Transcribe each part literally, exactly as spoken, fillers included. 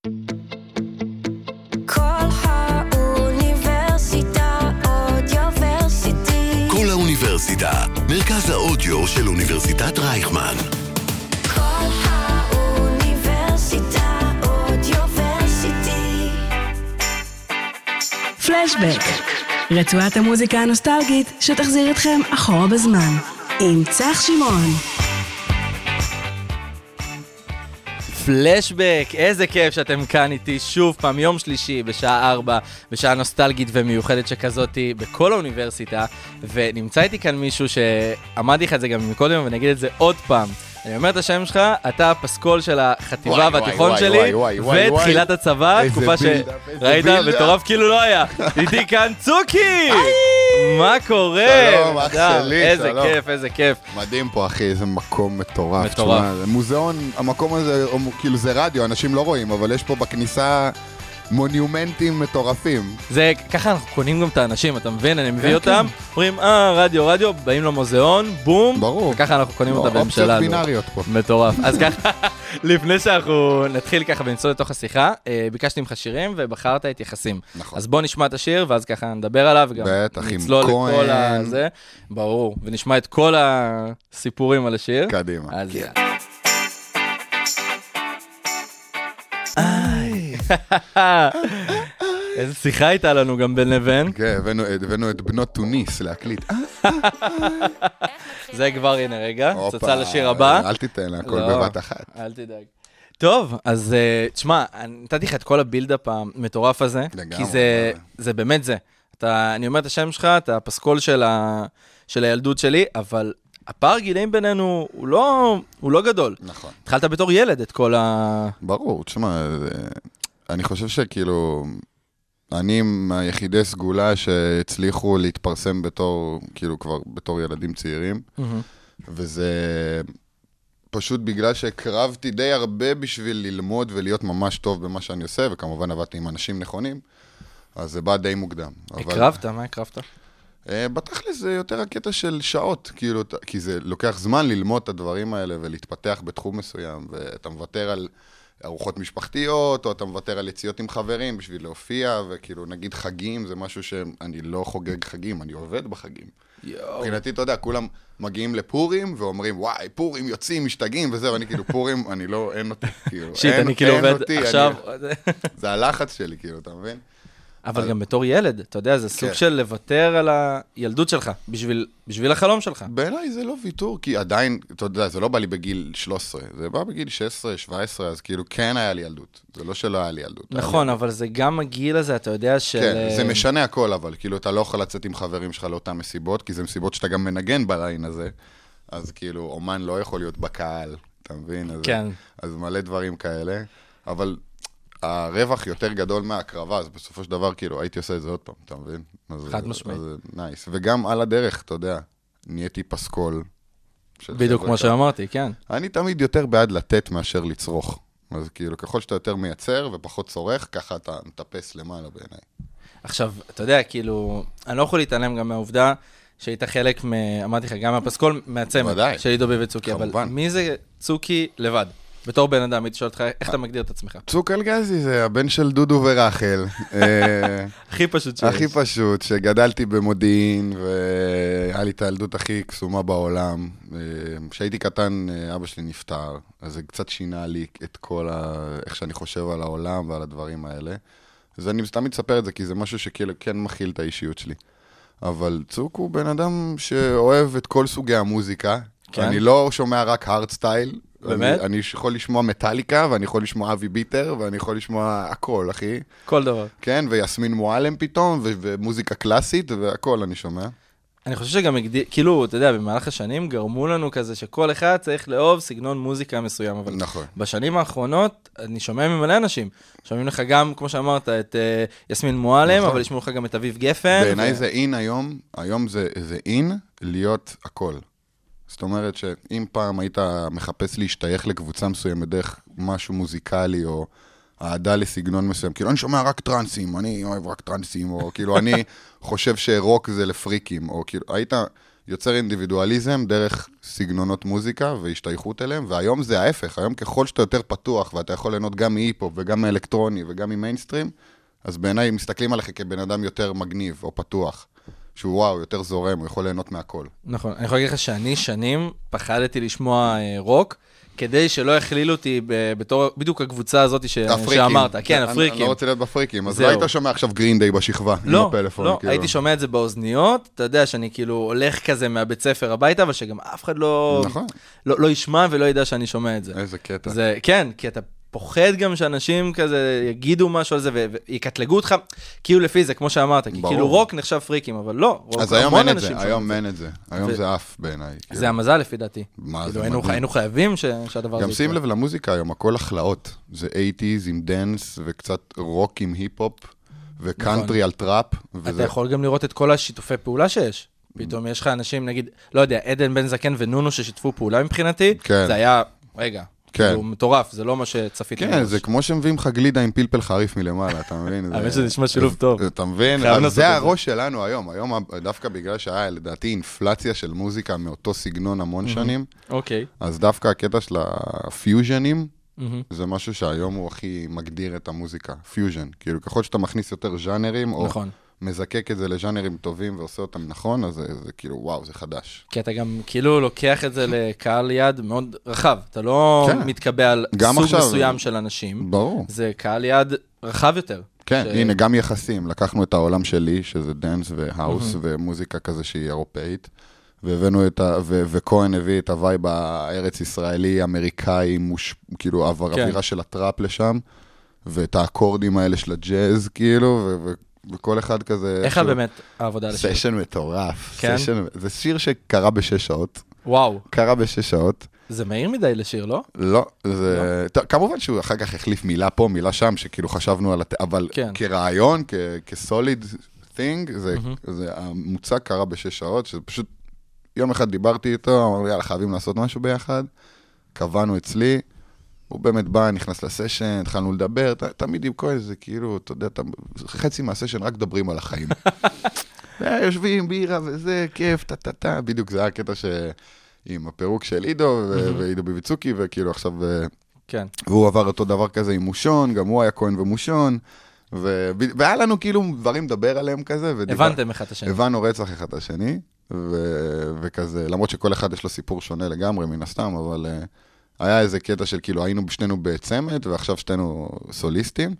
כל האוניברסיטה אודיוורסיטי. כל האוניברסיטה, מרכז האודיו של אוניברסיטת רייכמן. כל האוניברסיטה אודיוורסיטי. פלשבק, רצועת המוזיקה הנוסטלגית שתחזיר אתכם אחורה בזמן, עם צח שמעון. פלשבק, איזה כיף שאתם כאן איתי שוב פעם יום שלישי בשעה ארבע, בשעה נוסטלגית ומיוחדת שכזאתי בכל האוניברסיטה, ונמצא איתי כאן מישהו שעמדתי לך את זה גם מקודם ואני אגיד את זה עוד פעם. אני אומר את השם שלך, אתה הפסקול של החטיבה והתיכון שלי, ותחילת הצבא, תקופה שראית מטורף כאילו לא היה. איתי כאן צוקי! מה קורה? שלום, אח שלי, איזה כיף, איזה כיף. מדהים פה, אחי, איזה מקום מטורף. מטורף. מוזיאון, המקום הזה, כאילו זה רדיו, אנשים לא רואים, אבל יש פה בכניסה מונומנטים מטורפים. זה, ככה אנחנו קונים גם את האנשים, אתה מבין? אני מביא אותם, אומרים, אה, רדיו, רדיו, באים למוזיאון, בום. ברור. וככה אנחנו קונים אותה בממשלה. אופציות בינאריות פה. מטורף. אז ככה, לפני שאנחנו נתחיל ככה ונצלול לתוך השיחה, ביקשתי ממך שירים ובחרת את יחסים. נכון. אז בוא נשמע את השיר, ואז ככה נדבר עליו, וגם נצלול לכל הזה. ברור. ונשמע את כל הסיפורים על השיר. קדימה. אז יאללה. איזה שיחה הייתה לנו גם בין לבין. כן, הבאנו את בנות טוניס להקליט. זה כבר, הנה רגע, צצה לשיר הבא. אל תיתן לה, הכל בבת אחת. אל תדאג. טוב, אז תשמע, נתתי לך את כל הבילדאפ המטורף הזה, כי זה באמת זה. אני אומר את השם שלך, אתה הפסקול של הילדות שלי, אבל הפער גילאים בינינו הוא לא, הוא לא גדול. נכון. התחלת בתור ילד את כל ה... ברור, תשמע, אני חושב שכאילו, אני מהיחידי סגולה שהצליחו להתפרסם בתור, כאילו כבר בתור ילדים צעירים, וזה פשוט בגלל שהקרבתי די הרבה בשביל ללמוד ולהיות ממש טוב במה שאני עושה, וכמובן עבדתי עם אנשים נכונים, אז זה בא די מוקדם. הקרבת? מה הקרבת? בתכל'ס זה יותר הקטע של שעות, כאילו, כי זה לוקח זמן ללמוד את הדברים האלה ולהתפתח בתחום מסוים, ואתה מוותר על ארוחות משפחתיות, או אתה מוותר על יציאות עם חברים בשביל להופיע, וכאילו נגיד חגים, זה משהו שאני לא חוגג חגים, אני עובד בחגים. מבחינתי, אתה יודע, כולם מגיעים לפורים ואומרים, וואי, פורים יוצאים, משתגעים וזה, ואני כאילו, פורים, אני לא, אין אותי, כאילו, שיט, אני כאילו עובד עכשיו. זה הלחץ שלי, כאילו, אתה מבין? אבל גם בתור ילד, אתה יודע, זה סוג של לוותר על הילדות שלך, בשביל החלום שלך. בעיניי זה לא ויתור, כי עדיין, אתה יודע, זה לא בא לי בגיל שלוש עשרה, זה בא בגיל שש עשרה, שבע עשרה, אז כאילו כן היה לי ילדות, זה לא שלא היה לי ילדות. נכון, אבל זה גם הגיל הזה, אתה יודע של... כן, זה משנה הכל, אבל כאילו אתה לא יכול לצאת עם חברים שלך לאותן מסיבות, כי זה מסיבות שאתה גם מנגן בליין הזה, אז כאילו אומן לא יכול להיות בקהל, אתה מבין? כן. אז מלא דברים כאלה, אבל הרווח יותר גדול מההקרבה, אז בסופו של דבר, כאילו, הייתי עושה את זה עוד פעם, אתה מבין? חד משמעית. נייס. וגם על הדרך, אתה יודע, נהייתי פסקול. בדיוק כמו שאמרתי, כן. אני תמיד יותר בעד לתת מאשר לצרוך. אז כאילו, ככל שאתה יותר מייצר ופחות צורך, ככה אתה מטפס למעלה בעיניי. עכשיו, אתה יודע, כאילו, אני לא יכול להתעלם גם מהעובדה שהיית חלק, אמרתי לך, גם מהפסקול, מהצמד של עידו בי וצוקי, אבל מי זה צוקי לבד? בתור בן אדם, הייתי שואל אותך, איך אתה מגדיר את עצמך? צוק אלגזי זה הבן של דודו ורחל. הכי פשוט שיש. הכי פשוט, שגדלתי במודיעין, והיה לי את הילדות הכי קסומה בעולם. כשהייתי קטן, אבא שלי נפטר, אז זה קצת שינה לי את כל ה... איך שאני חושב על העולם ועל הדברים האלה. אז אני תמיד אספר את זה, כי זה משהו שכאילו כן מכיל את האישיות שלי. אבל צוק הוא בן אדם שאוהב את כל סוגי המוזיקה. אני לא שומע רק הארד סטייל. באמת? אני, אני יכול לשמוע מטליקה, ואני יכול לשמוע אבי ביטר, ואני יכול לשמוע הכל, אחי. כל דבר. כן, ויסמין מועלם פתאום, ו- ומוזיקה קלאסית, והכל אני שומע. אני חושב שגם, כאילו, אתה יודע, במהלך השנים גרמו לנו כזה שכל אחד צריך לאהוב סגנון מוזיקה מסוים, אבל נכון. בשנים האחרונות אני שומע ממלא אנשים. שומעים לך גם, כמו שאמרת, את uh, יסמין מועלם, נכון. אבל ישמעו לך גם את אביב גפן. בעיניי ו... זה אין היום, היום זה, זה אין להיות הכל. זאת אומרת שאם פעם היית מחפש להשתייך לקבוצה מסוימת דרך משהו מוזיקלי או העדה לסגנון מסוים, כאילו אני שומע רק טרנסים, אני אוהב רק טרנסים, או כאילו אני חושב שרוק זה לפריקים, או כאילו היית יוצר אינדיבידואליזם דרך סגנונות מוזיקה והשתייכות אליהם, והיום זה ההפך, היום ככל שאתה יותר פתוח, ואתה יכול ליהנות גם מאיפופ וגם מאלקטרוני וגם ממיינסטרים, אז בעיניי מסתכלים עליך כבן אדם יותר מגניב או פתוח, שהוא וואו, יותר זורם, הוא יכול ליהנות מהכל. נכון, אני יכול להגיד לך שאני שנים פחדתי לשמוע רוק, כדי שלא יכלילו אותי בתור, בדיוק הקבוצה הזאת שאמרת. כן, הפריקים. אני לא רוצה להיות בפריקים, אז לא היית שומע עכשיו גרין דיי בשכבה, עם הפלאפון. לא, הייתי שומע את זה באוזניות, אתה יודע שאני כאילו הולך כזה מהבית ספר הביתה, אבל שגם אף אחד לא ישמע ולא ידע שאני שומע את זה. איזה קטע. כן, כי אתה פוחד גם שאנשים כזה יגידו משהו על זה ויקטלגו אותך, כאילו לפי זה, כמו שאמרת, כי כאילו רוק נחשב פריקים, אבל לא, אז היום אין את זה, היום אין את זה, היום זה אף בעיניי. זה המזל לפי דעתי. היינו חייבים שהדבר הזה גם שים לב למוזיקה היום, הכל החלאות, זה אייטיז עם דנס וקצת רוק עם היפ-הופ וקאנטרי על טראפ. אתה יכול גם לראות את כל השיתופי פעולה שיש. פתאום יש לך אנשים, נגיד, לא יודע, עדן בן זקן ונונו ששיתפו פעולה מבחינתי, זה היה, רגע, הוא מטורף, זה לא מה שצפיתי. כן, זה כמו שמביאים לך גלידה עם פלפל חריף מלמעלה, אתה מבין? האמת שזה נשמע שילוב טוב. אתה מבין? זה הראש שלנו היום. היום דווקא בגלל שהיה לדעתי אינפלציה של מוזיקה מאותו סגנון המון שנים. אוקיי. אז דווקא הקטע של הפיוז'נים, זה משהו שהיום הוא הכי מגדיר את המוזיקה. פיוז'ן. כאילו, ככל שאתה מכניס יותר ז'אנרים, או מזקק את זה לז'אנרים טובים ועושה אותם נכון, אז זה, זה כאילו, וואו, זה חדש. כי אתה גם כאילו לוקח את זה לקהל יד מאוד רחב. אתה לא כן. מתקבע על סוג עכשיו, מסוים של אנשים. ברור. זה קהל יד רחב יותר. כן, ש... הנה, גם יחסים. לקחנו את העולם שלי, שזה דנס והאוס, mm-hmm. ומוזיקה כזה שהיא אירופאית, והבאנו את ה... ו... וכהן הביא את הווייב הארץ ישראלי, אמריקאי, מוש... כאילו, האווירה כן. של הטראפ לשם, ואת האקורדים האלה של הג'אז, כאילו, ו... ו... וכל אחד כזה... איך באמת העבודה לשיר? סשן מטורף. כן? סשן... זה שיר שקרה בשש שעות. וואו. קרה בשש שעות. זה מהיר מדי לשיר, לא? לא, זה... לא. כמובן שהוא אחר כך החליף מילה פה, מילה שם, שכאילו חשבנו על... הת... אבל כן. כרעיון, כ... כסוליד thing, זה... Mm-hmm. זה... המוצג קרה בשש שעות, שזה פשוט... יום אחד דיברתי איתו, אמרנו, יאללה, חייבים לעשות משהו ביחד. קבענו אצלי. הוא באמת בא, נכנס לסשן, התחלנו לדבר, ת, תמיד עם כל זה, כאילו, אתה יודע, אתה, חצי מהסשן רק דברים על החיים. יושבים, בירה וזה, כיף, טה-טה-טה, בדיוק זה היה הקטע ש... עם הפירוק של עידו, ועידו ביביצוקי, וכאילו עכשיו... כן. והוא עבר אותו דבר כזה עם מושון, גם הוא היה כהן ומושון, ו... והיה לנו כאילו דברים לדבר עליהם כזה, ודיבר... הבנתם אחד את השני. הבנו רצח אחד את השני, ו... וכזה, למרות שכל אחד יש לו סיפור שונה לגמרי, מן הסתם, אבל... היה איזה קטע של כאילו היינו בשנינו בצמד, ועכשיו שתינו סוליסטים,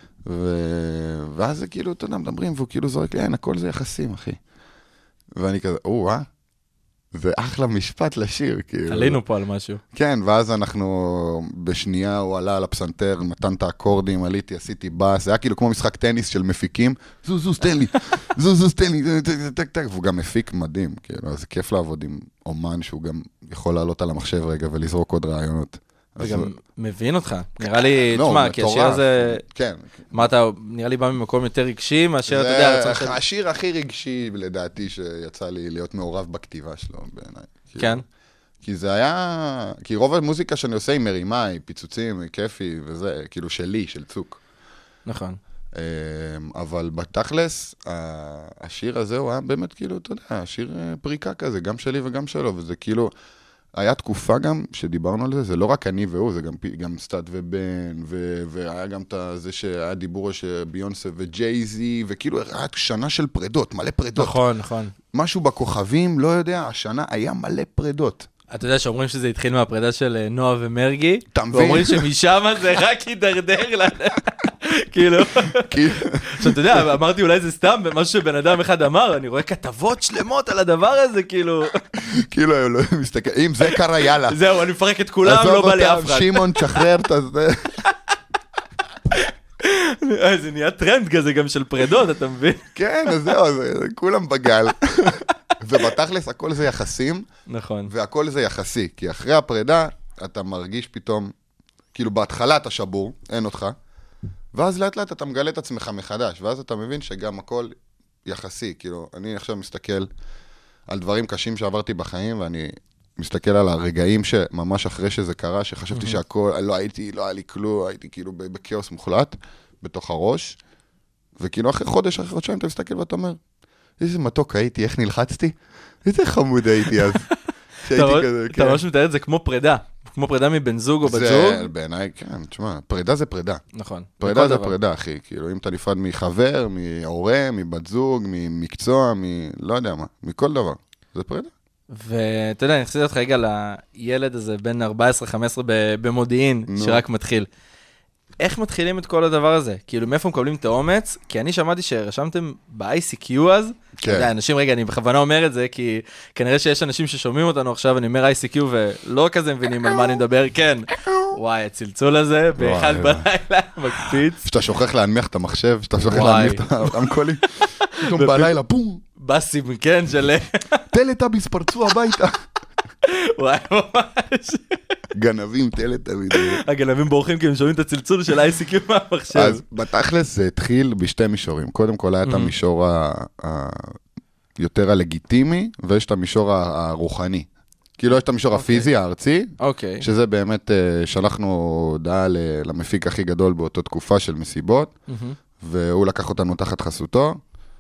ואז זה כאילו, אתה יודע, מדברים, והוא כאילו זורק לי, אין, הכל זה יחסים, אחי. ואני כזה, או, אה? זה אחלה משפט לשיר, כאילו. עלינו פה על משהו. כן, ואז אנחנו, בשנייה הוא עלה על הפסנתר, נתן את האקורדים, עליתי, עשיתי בס, זה היה כאילו כמו משחק טניס של מפיקים, זו, זו, סטן לי, זו, זו, סטן לי, טק, טק, והוא גם מפיק מדהים, כאילו, אז זה כיף לעבוד עם אומן שהוא גם יכול לעלות על המחשב רגע ולזרוק עוד רעיונות. וגם מבין אותך, נראה לי, תשמע, כי השיר הזה, מה אתה, נראה לי בא ממקום יותר רגשי, מאשר, אתה יודע, זה השיר הכי רגשי, לדעתי, שיצא לי להיות מעורב בכתיבה שלו, בעיניי. כן. כי זה היה, כי רוב המוזיקה שאני עושה היא מרימה, היא פיצוצים, היא כיפי, וזה, כאילו שלי, של צוק. נכון. אבל בתכלס, השיר הזה הוא היה באמת, כאילו, אתה יודע, השיר פריקה כזה, גם שלי וגם שלו, וזה כאילו... היה תקופה גם שדיברנו על זה, זה לא רק אני והוא, זה גם, גם סטאט ובן, ו, והיה גם זה שהיה דיבור שביונסה וג'ייזי, וכאילו היה שנה של פרדות, מלא פרדות. נכון, נכון. משהו בכוכבים, לא יודע, השנה היה מלא פרדות. אתה יודע שאומרים שזה התחיל מהפרידה של נועה ומרגי, תמבין. ואומרים שמשם זה רק יידרדר לה. כאילו, עכשיו אתה יודע, אמרתי אולי זה סתם משהו שבן אדם אחד אמר, אני רואה כתבות שלמות על הדבר הזה, כאילו. כאילו, לא מסתכל, אם זה קרה, יאללה. זהו, אני מפרק את כולם, לא בא לי אף אחד. שימון, תשחרר את זה. זה נהיה טרנד כזה גם של פרדות, אתה מבין? כן, אז זהו, כולם בגל. ובתכלס הכל זה יחסים. נכון. והכל זה יחסי, כי אחרי הפרידה אתה מרגיש פתאום, כאילו בהתחלה אתה שבור, אין אותך. ואז לאט לאט אתה מגלה את עצמך מחדש, ואז אתה מבין שגם הכל יחסי, כאילו, אני עכשיו מסתכל על דברים קשים שעברתי בחיים, ואני מסתכל על הרגעים שממש אחרי שזה קרה, שחשבתי שהכל, לא הייתי, לא היה לי כלום, הייתי כאילו בקאוס מוחלט, בתוך הראש, וכאילו אחרי חודש, אחרי חודשיים, אתה מסתכל ואתה אומר, איזה מתוק הייתי, איך נלחצתי? איזה חמוד הייתי אז. אתה ממש מתאר את זה כמו פרידה, כמו פרידה מבן זוג או בת זוג. זה בעיניי, כן, תשמע, פרידה זה פרידה. נכון. פרידה זה פרידה, אחי. כאילו, אם אתה נפרד מחבר, מהורה, מבת זוג, ממקצוע, מ... לא יודע מה, מכל דבר. זה פרידה. ואתה יודע, אני חסיד אותך רגע לילד הזה בין ארבע עשרה חמש עשרה במודיעין, שרק מתחיל. איך מתחילים את כל הדבר הזה? כאילו, מאיפה מקבלים את האומץ? כי אני שמעתי שרשמתם ב-איי סי קיו אז. אתה יודע, אנשים, רגע, אני בכוונה אומר את זה, כי כנראה שיש אנשים ששומעים אותנו עכשיו, אני אומר איי סי קיו ולא כזה מבינים על מה אני מדבר. כן. וואי, הצלצול הזה, באחד בלילה, מקפיץ. שאתה שוכח להנמיך את המחשב, שאתה שוכח להנמיך את הרמקולים. פתאום בלילה, בום. בסים, כן, של... טלטאביס פרצו הביתה. וואי, ממש. גנבים טלטאביס. הגנבים בורחים כי הם שומעים את הצלצול של איי סי קיו מהמחשב. אז בתכלס זה התחיל בשתי מישורים. קודם כל היה את המישור היותר הלגיטימי, ויש את המישור הרוחני. כאילו יש את המישור הפיזי, הארצי, שזה באמת שלחנו הודעה למפיק הכי גדול באותו תקופה של מסיבות, והוא לקח אותנו תחת חסותו,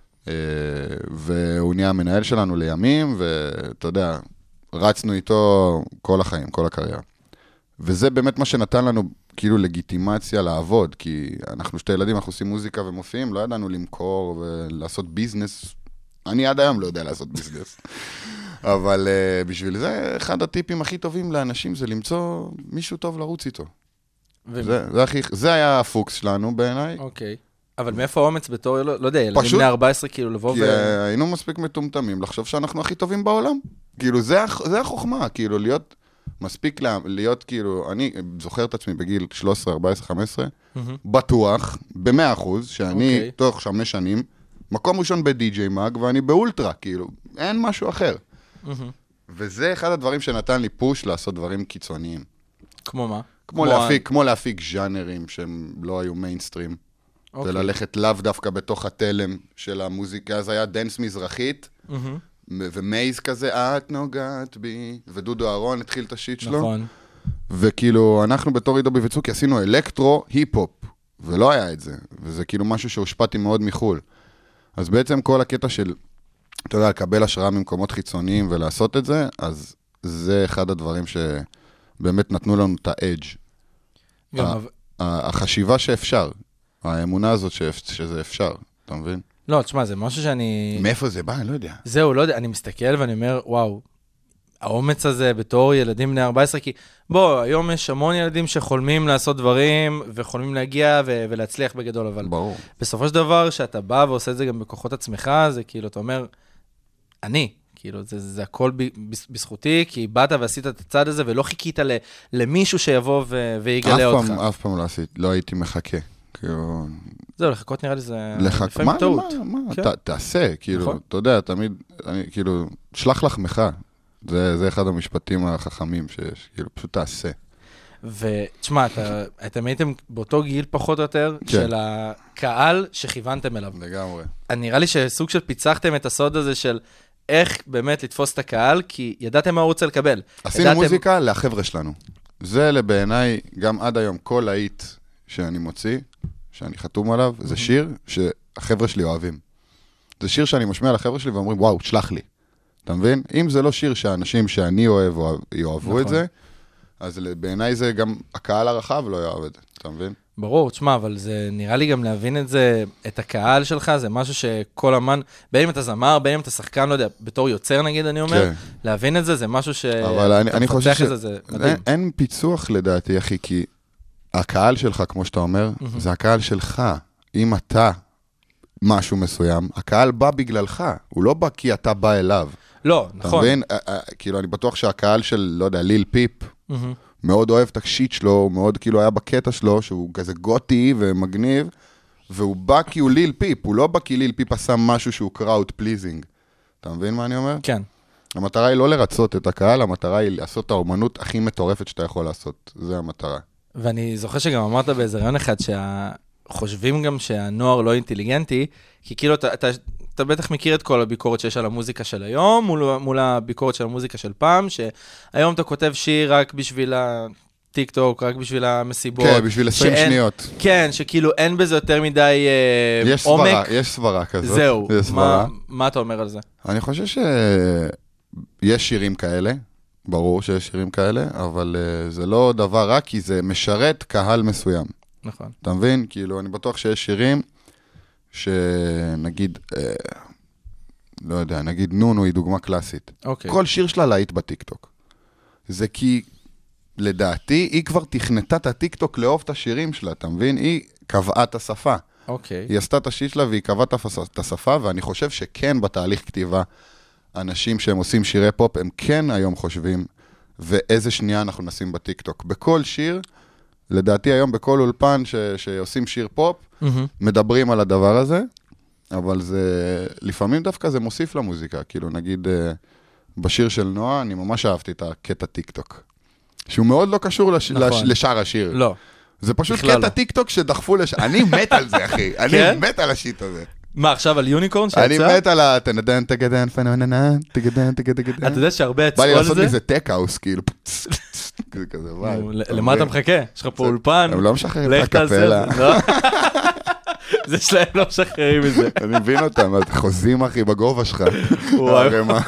והוא נהיה המנהל שלנו לימים, ואתה יודע, רצנו איתו כל החיים, כל הקריירה. וזה באמת מה שנתן לנו כאילו לגיטימציה לעבוד, כי אנחנו שתי ילדים, אנחנו עושים מוזיקה ומופיעים, לא ידענו למכור ולעשות ביזנס. אני עד היום לא יודע לעשות ביזנס. אבל uh, בשביל זה, אחד הטיפים הכי טובים לאנשים זה למצוא מישהו טוב לרוץ איתו. ו... זה, זה, הכי, זה היה הפוקס שלנו בעיניי. אוקיי. אבל מאיפה האומץ בתור, לא, לא יודע, ילדים בני ארבע עשרה כאילו לבוא כי ו... היינו מספיק מטומטמים לחשוב שאנחנו הכי טובים בעולם. כאילו, זה, זה החוכמה, כאילו, להיות מספיק, לה, להיות כאילו, אני זוכר את עצמי בגיל שלוש עשרה, ארבע עשרה, חמש עשרה, mm-hmm. בטוח, במאה אחוז, שאני okay. תוך חמש שנים, מקום ראשון בדי-ג'יי מאג, ואני באולטרה, כאילו, אין משהו אחר. Mm-hmm. וזה אחד הדברים שנתן לי פוש לעשות דברים קיצוניים. כמו מה? כמו, כמו, להפיק, ה... כמו להפיק ז'אנרים שהם לא היו מיינסטרים. Okay. וללכת לאו דווקא בתוך התלם של המוזיקה, אז היה דנס מזרחית, mm-hmm. ומייז כזה, את נוגעת בי, ודודו אהרון התחיל את השיט שלו. נכון. וכאילו, אנחנו בתור עידו בביצוקי עשינו אלקטרו, היפ-הופ, ולא היה את זה. וזה כאילו משהו שהושפעתי מאוד מחול. אז בעצם כל הקטע של, אתה יודע, לקבל השראה ממקומות חיצוניים ולעשות את זה, אז זה אחד הדברים שבאמת נתנו לנו את האדג'. החשיבה שאפשר, האמונה הזאת שזה אפשר, אתה מבין? לא, תשמע, זה משהו שאני... מאיפה זה בא? אני לא יודע. זהו, לא יודע, אני מסתכל ואני אומר, וואו, האומץ הזה בתור ילדים בני ארבע עשרה, כי בוא, היום יש המון ילדים שחולמים לעשות דברים, וחולמים להגיע ו- ולהצליח בגדול, אבל... ברור. בסופו של דבר, שאתה בא ועושה את זה גם בכוחות עצמך, זה כאילו, אתה אומר, אני, כאילו, זה, זה הכל ב- בזכותי, כי באת ועשית את הצד הזה, ולא חיכית ל- למישהו שיבוא ו- ויגלה אף אותך. פעם, אף פעם לא עשית, לא הייתי מחכה. כאילו... זהו, לחכות נראה לי זה לחכ... לפעמים מה, טעות. מה, מה, כן. ת, תעשה, כאילו, נכון. אתה יודע, תמיד, אני, כאילו, שלח לחמך. זה, זה אחד המשפטים החכמים שיש, כאילו, פשוט תעשה. ותשמע, אתה, אתם הייתם באותו גיל פחות או יותר, כן. של הקהל שכיוונתם אליו. לגמרי. נראה לי שסוג של פיצחתם את הסוד הזה של איך באמת לתפוס את הקהל, כי ידעתם מה הוא רוצה לקבל. עשינו ידעתם... מוזיקה לחבר'ה שלנו. זה לבעיניי, גם עד היום, כל להיט שאני מוציא, שאני חתום עליו, זה שיר שהחבר'ה שלי אוהבים. זה שיר שאני משמיע לחבר'ה שלי ואומרים, וואו, תשלח לי. אתה מבין? אם זה לא שיר שהאנשים שאני אוהב יאהבו את זה, אז בעיניי זה גם הקהל הרחב לא יאהב את זה. אתה מבין? ברור, תשמע, אבל זה נראה לי גם להבין את זה, את הקהל שלך, זה משהו שכל אמן, בין אם אתה זמר, בין אם אתה שחקן, לא יודע, בתור יוצר נגיד, אני אומר, כן. להבין את זה, זה משהו ש... אבל אני, אני חושב ש... זה, זה מדהים. אין, אין פיצוח לדעתי, אחי, כי הקהל שלך, כמו שאתה אומר, mm-hmm. זה הקהל שלך. אם אתה משהו מסוים, הקהל בא בגללך, הוא לא בא כי אתה בא אליו. לא, נכון. אתה מבין? כאילו, אני בטוח שהקהל של, לא יודע, ליל פיפ, mm-hmm. מאוד אוהב את השיט שלו, הוא מאוד כאילו היה בקטע שלו, שהוא כזה גוטי ומגניב, והוא בא כי הוא ליל פיפ, הוא לא בא כי ליל פיפ עשה משהו שהוא קראוט פליזינג. אתה מבין מה אני אומר? כן. המטרה היא לא לרצות את הקהל, המטרה היא לעשות את האומנות הכי מטורפת שאתה יכול לעשות. זה המטרה. ואני זוכר שגם אמרת באיזה רעיון אחד, שחושבים גם שהנוער לא אינטליגנטי, כי כאילו אתה, אתה, אתה בטח מכיר את כל הביקורת שיש על המוזיקה של היום, מול, מול הביקורת של המוזיקה של פעם, שהיום אתה כותב שיר רק בשביל ה... טיק טוק, רק בשביל המסיבות. כן, בשביל עשרים שאין- שניות. כן, שכאילו אין בזה יותר מדי אה, יש עומק. סברה, יש סברה כזאת. זהו, יש סברה. מה, מה אתה אומר על זה? אני חושב שיש שירים כאלה, ברור שיש שירים כאלה, אבל uh, זה לא דבר רע, כי זה משרת קהל מסוים. נכון. אתה מבין? כאילו, אני בטוח שיש שירים שנגיד, uh, לא יודע, נגיד נונו היא דוגמה קלאסית. אוקיי. כל שיר שלה להיט בטיקטוק. זה כי, לדעתי, היא כבר תכנתה את הטיקטוק לאהוב את השירים שלה, אתה מבין? היא קבעה את השפה. אוקיי. היא עשתה את השיט שלה והיא קבעה את השפה, ואני חושב שכן בתהליך כתיבה, אנשים שהם עושים שירי פופ, הם כן היום חושבים, ואיזה שנייה אנחנו נשים בטיקטוק. בכל שיר, לדעתי היום בכל אולפן ש, שעושים שיר פופ, מהמם. מדברים על הדבר הזה, אבל זה, לפעמים דווקא זה מוסיף למוזיקה. כאילו נגיד, אה, בשיר של נועה, אני ממש אהבתי את הקטע טיקטוק. שהוא מאוד לא קשור לש, נכון. לש, לשאר השיר. לא. זה פשוט בכלל קטע לא. טיקטוק שדחפו לש... אני מת על זה, אחי. אני כן? מת על השיט הזה. מה, עכשיו על יוניקורן שיצא? אני מת על ה... תנדן, תגדן, פנננן, תגדן, תגדן. אתה יודע שהרבה יצאו בא על לי זה? לעשות מזה טק-האוס, כאילו. כזה כזה, וואי. נו, למה אתה מחכה? יש לך פה אולפן? הם לא משחררים לך את הקפלה. תעשה את זה. לא? זה שלהם לא משחררים את זה. אני מבין אותם, אתה חוזים, אחי, בגובה שלך. וואי. הרמה.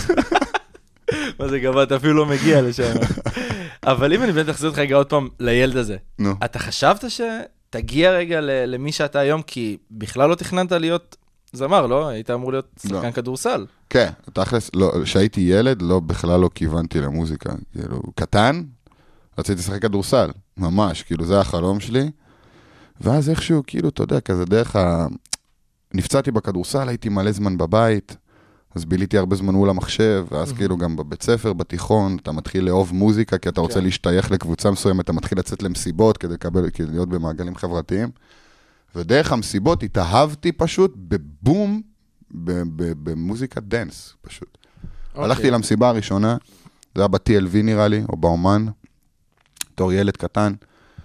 מה זה גבה, אתה אפילו לא מגיע לשם. אבל אם אני באמת אחזיר אותך רגע עוד פעם לילד הזה, נו. אתה חשבת שתגיע רגע ל- למי שאתה היום, כי בכלל לא תכננת להיות זמר, לא? היית אמור להיות שחקן כדורסל. כן, תכלס, לא, כשהייתי ילד, לא, בכלל לא כיוונתי למוזיקה. כאילו, קטן, רציתי לשחק כדורסל, ממש, כאילו, זה החלום שלי. ואז איכשהו, כאילו, אתה יודע, כזה דרך ה... נפצעתי בכדורסל, הייתי מלא זמן בבית, אז ביליתי הרבה זמן מול המחשב, ואז כאילו גם בבית ספר, בתיכון, אתה מתחיל לאהוב מוזיקה, כי אתה רוצה להשתייך לקבוצה מסוימת, אתה מתחיל לצאת למסיבות כדי לקבל, כדי להיות במעגלים חברתיים. ודרך המסיבות התאהבתי פשוט בבום, במוזיקת דנס, פשוט. הלכתי למסיבה הראשונה, זה היה ב-טי אל וי נראה לי, או באומן, תור ילד קטן.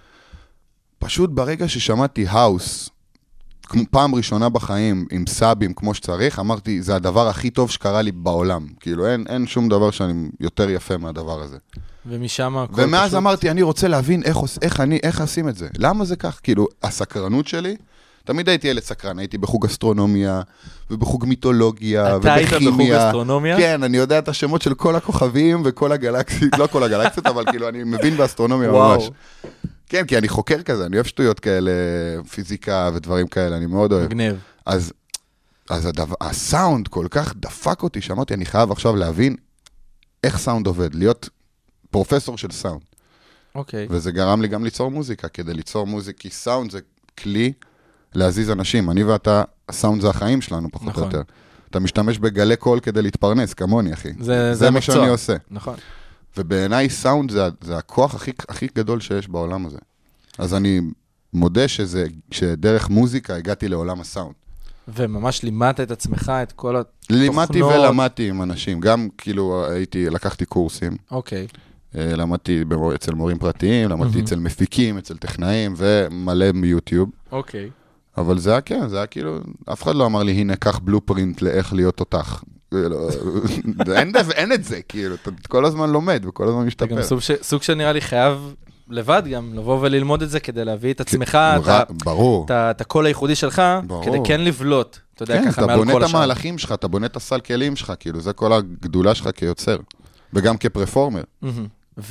פשוט ברגע ששמעתי האוס, פעם ראשונה בחיים, עם סאבים כמו שצריך, אמרתי, זה הדבר הכי טוב שקרה לי בעולם. כאילו, אין, אין שום דבר שאני יותר יפה מהדבר הזה. ומשם הכל ומאז פשוט... אמרתי, אני רוצה להבין איך, איך, אני, איך עושים את זה. למה זה כך? כאילו, הסקרנות שלי, תמיד הייתי ילד סקרן, הייתי בחוג אסטרונומיה, ובחוג מיתולוגיה, אתה היית בחוג ובכימיה. אסטרונומיה? כן, אני יודע את השמות של כל הכוכבים וכל הגלקסיות, לא כל הגלקסיות, אבל כאילו, אני מבין באסטרונומיה וואו. ממש. כן, כי אני חוקר כזה, אני אוהב שטויות כאלה, פיזיקה ודברים כאלה, אני מאוד אוהב. מגניב. אז, אז הדבר, הסאונד כל כך דפק אותי, שאמרתי, אני חייב עכשיו להבין איך סאונד עובד, להיות פרופסור של סאונד. אוקיי. וזה גרם לי גם ליצור מוזיקה, כדי ליצור מוזיקה, כי סאונד זה כלי להזיז אנשים. אני ואתה, הסאונד זה החיים שלנו, פחות או נכון. יותר. אתה משתמש בגלי קול כדי להתפרנס, כמוני, אחי. זה, זה מה המקצוע. שאני עושה. נכון. ובעיניי סאונד זה, זה הכוח הכי, הכי גדול שיש בעולם הזה. אז אני מודה שזה, שדרך מוזיקה הגעתי לעולם הסאונד. וממש לימדת את עצמך, את כל התוכנות. לימדתי ולמדתי עם אנשים. גם כאילו הייתי, לקחתי קורסים. אוקיי. אה, למדתי ב- אצל מורים פרטיים, למדתי אצל מפיקים, אצל טכנאים, ומלא מיוטיוב. אוקיי. אבל זה היה כן, זה היה כאילו, אף אחד לא אמר לי, הנה, קח בלופרינט לאיך להיות תותח. כאילו, אין, אין את זה, כאילו, אתה כל הזמן לומד וכל הזמן אתה משתפר. גם סוג, ש... סוג שנראה לי חייב לבד גם, לבוא וללמוד את זה כדי להביא את עצמך, את ה- ברור. את ה- את הקול הייחודי שלך, ברור. כדי כן לבלוט, אתה יודע, כן, ככה אתה מעל בונה כל את השאר. המהלכים שלך, אתה בונה את הסל כלים שלך, כאילו, זה כל הגדולה שלך כיוצר. וגם כפרפורמר. מהמם.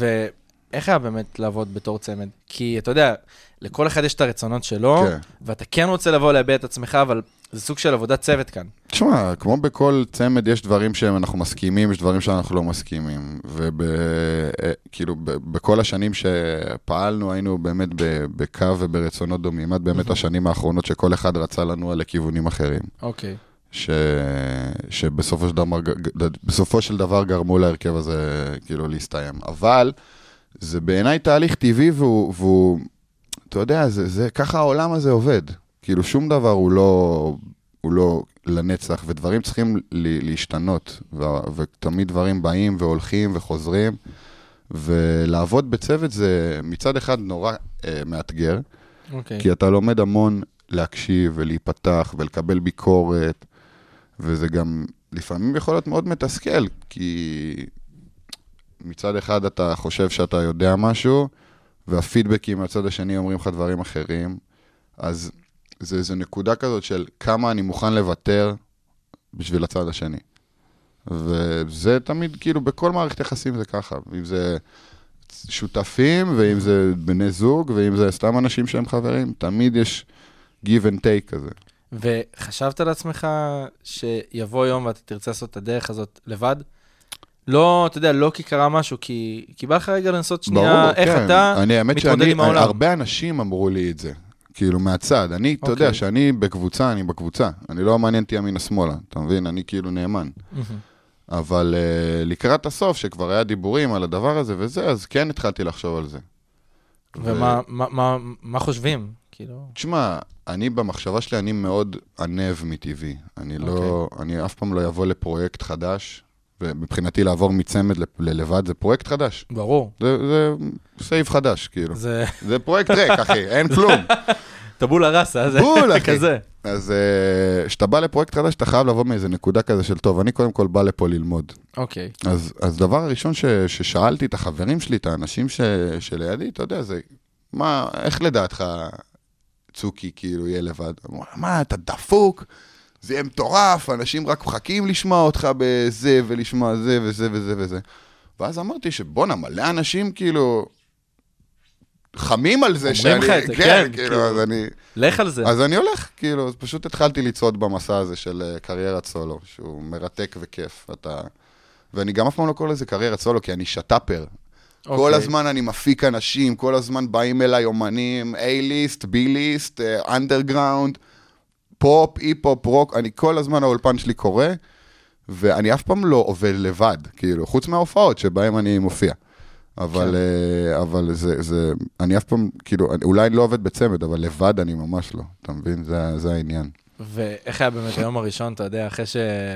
ואיך היה באמת לעבוד בתור צמד? כי אתה יודע, לכל אחד יש את הרצונות שלו, כן. ואתה כן רוצה לבוא להביע את עצמך, אבל זה סוג של עבודת צוות כאן. תשמע, כמו בכל צמד יש דברים שאנחנו מסכימים, יש דברים שאנחנו לא מסכימים. וכאילו, בכל השנים שפעלנו, היינו באמת בקו וברצונות דומים. עד באמת השנים האחרונות שכל אחד רצה לנוע לכיוונים אחרים. אוקיי. ש... שבסופו של דבר, בסופו של דבר גרמו להרכב הזה כאילו להסתיים. אבל זה בעיניי תהליך טבעי והוא, והוא אתה יודע, זה, זה, ככה העולם הזה עובד. כאילו שום דבר הוא לא, הוא לא לנצח, ודברים צריכים להשתנות, ו... ותמיד דברים באים והולכים וחוזרים, ולעבוד בצוות זה מצד אחד נורא אה, מאתגר, אוקיי. כי אתה לומד המון להקשיב ולהיפתח ולקבל ביקורת, וזה גם לפעמים יכול להיות מאוד מתסכל, כי מצד אחד אתה חושב שאתה יודע משהו, והפידבקים מהצד השני אומרים לך דברים אחרים, אז זה, זה נקודה כזאת של כמה אני מוכן לוותר בשביל הצד השני. וזה תמיד, כאילו, בכל מערכת יחסים זה ככה. אם זה שותפים, ואם זה בני זוג, ואם זה סתם אנשים שהם חברים, תמיד יש give and take כזה. וחשבת לעצמך שיבוא יום ואתה תרצה לעשות את הדרך הזאת לבד? לא, אתה יודע, לא כי קרה משהו, כי, כי בא לך רגע לנסות שנייה, ברור, איך כן. אתה אני, מתמודד עם העולם. הרבה אנשים אמרו לי את זה, כאילו מהצד. אני, אתה יודע, שאני בקבוצה, אני בקבוצה. אני לא מעניין אותי ימין השמאלה, אתה מבין? אני כאילו נאמן. אבל uh, לקראת הסוף, שכבר היה דיבורים על הדבר הזה וזה, אז כן התחלתי לחשוב על זה. ומה מה, מה, מה חושבים? כאילו... תשמע, אני במחשבה שלי, אני מאוד ענב מטבעי. אני לא, אני אף פעם לא יבוא לפרויקט חדש, ומבחינתי לעבור מצמד ללבד, זה פרויקט חדש. ברור. זה, זה סייב חדש, כאילו. זה... זה פרויקט ריק, אחי, אין כלום. טבולה רסה, זה כזה. אז כשאתה בא לפרויקט חדש, אתה חייב לבוא מאיזה נקודה כזה של טוב, אני קודם כל בא לפה ללמוד. אוקיי. אז, אז דבר הראשון ש, ששאלתי את החברים שלי, את האנשים ש, שלידי, אתה יודע, זה, מה, איך לדעתך צוקי כאילו יהיה לבד? מה, אתה דפוק? זה יהיה מטורף, אנשים רק מחכים לשמוע אותך בזה ולשמוע זה וזה וזה וזה. ואז אמרתי שבונה, מלא אנשים כאילו חמים על זה שאני... אומרים לך את זה, כן, כן. כאילו, אז אני... לך על זה. אז אני הולך, כאילו, אז פשוט התחלתי לצעוד במסע הזה של קריירת סולו, שהוא מרתק וכיף. אתה... ואני גם אף פעם לא קורא לזה קריירת סולו, כי אני שטאפר. Okay. כל הזמן אני מפיק אנשים, כל הזמן באים אליי אומנים, A-ליסט, B-ליסט, אנדרגראונד, פופ, אי-פופ, רוק, אני כל הזמן האולפן שלי קורא, ואני אף פעם לא עובד לבד, כאילו, חוץ מההופעות שבהם אני מופיע. אבל, כן. אבל זה, זה, אני אף פעם, כאילו, אולי אני לא עובד בצמד, אבל לבד אני ממש לא, אתה מבין? זה, זה העניין. ואיך היה באמת היום הראשון, אתה יודע, אחרי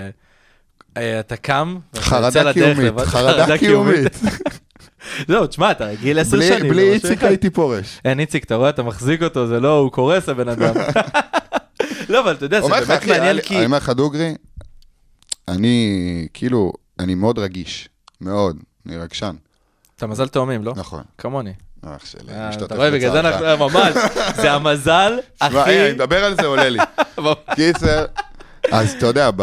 שאתה קם, חרדה קיומית, חרדה קיומית. זהו, תשמע, אתה רגיל עשר שנים. בלי איציק הייתי פורש. אין איציק, אתה רואה, אתה מחזיק אותו, זה לא, הוא קורס הבן אדם. לא, אבל אתה יודע, זה באמת מעניין כי... אני אומר לך, דוגרי, אני, כאילו, אני מאוד רגיש, מאוד, אני רגשן. אתה מזל תאומים, לא? נכון. כמוני. אח שלי, אתה רואה, בגלל זה אנחנו, ממש, זה המזל הכי... אני מדבר על זה, עולה לי. קיצר, אז אתה יודע,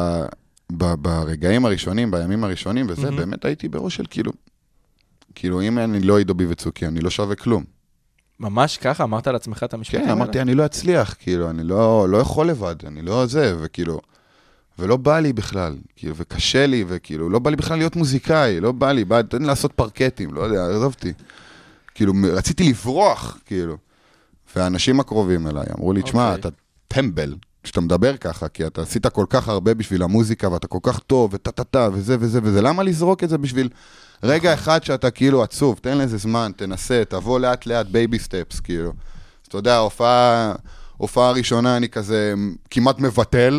ברגעים הראשונים, בימים הראשונים, וזה, באמת הייתי בראש של כאילו, כאילו, אם אני לא עידו בי וצוקי, אני לא שווה כלום. ממש ככה? אמרת לעצמך את המשפטים האלה? כן, אמרתי, אני לא אצליח, כאילו, אני לא יכול לבד, אני לא זה, וכאילו, ולא בא לי בכלל, כאילו, וקשה לי, וכאילו, לא בא לי בכלל להיות מוזיקאי, לא בא לי, בא לי לעשות פרקטים, לא יודע, עזבתי. כאילו, רציתי לברוח, כאילו. והאנשים הקרובים אליי אמרו לי, תשמע, אתה טמבל, שאתה מדבר ככה, כי אתה עשית כל כך הרבה בשביל המוזיקה, ואתה כל כך טוב, וטטטה, וזה וזה וזה, למה לזרוק את זה בשביל רגע אחד שאתה כאילו עצוב, תן לזה זמן, תנסה, תבוא לאט לאט, בייבי סטפס, כאילו. אז אתה יודע, ההופעה, ההופעה הראשונה אני כזה כמעט מבטל,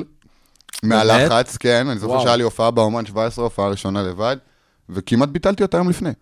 מהלחץ, כן, אני זוכר שהיה לי הופעה באומן שבע עשרה, הופעה ראשונה לבד, וכמעט ביטלתי אותה יום לפני.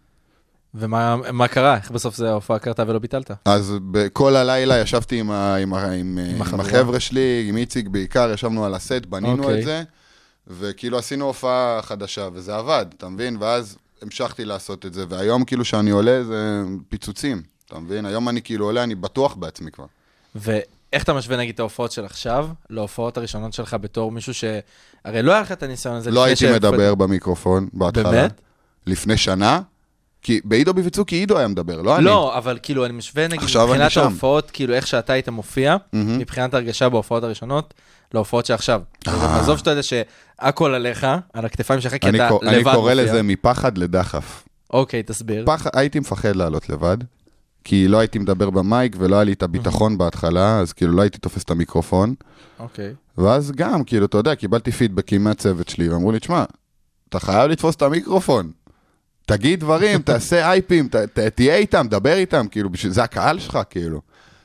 ומה קרה? איך בסוף זה ההופעה קרתה ולא ביטלת? אז בכל הלילה ישבתי עם, ה, עם, ה, עם, עם החבר'ה שלי, עם איציק בעיקר, ישבנו על הסט, בנינו okay. את זה, וכאילו עשינו הופעה חדשה, וזה עבד, אתה מבין? ואז המשכתי לעשות את זה, והיום כאילו שאני עולה זה פיצוצים, אתה מבין? היום אני כאילו עולה, אני בטוח בעצמי כבר. ואיך אתה משווה נגיד את ההופעות של עכשיו, להופעות הראשונות שלך בתור מישהו ש... הרי לא היה לך את הניסיון הזה. לא הייתי מדבר במיקרופון בהתחלה. באמת? לפני שנה. כי בעידו בי וצוקי, עידו היה מדבר, לא אני. לא, אבל כאילו, אני משווה נגיד מבחינת ההופעות, כאילו איך שאתה היית מופיע, מבחינת הרגשה בהופעות הראשונות, להופעות שעכשיו. עזוב שאתה יודע שהכל עליך, על הכתפיים שלך, כי אתה לבד מופיע. אני קורא לזה מפחד לדחף. אוקיי, תסביר. הייתי מפחד לעלות לבד, כי לא הייתי מדבר במייק, ולא היה לי את הביטחון בהתחלה, אז כאילו לא הייתי תופס את המיקרופון. אוקיי. ואז גם, כאילו, אתה יודע, קיבלתי פידבקים מהצוות שלי, ואמרו לי, תשמע, אתה חייב לתפוס את המיקרופון. תגיד דברים, תעשה אייפים, תהיה איתם, דבר איתם, כאילו, זה הקהל שלך, כאילו.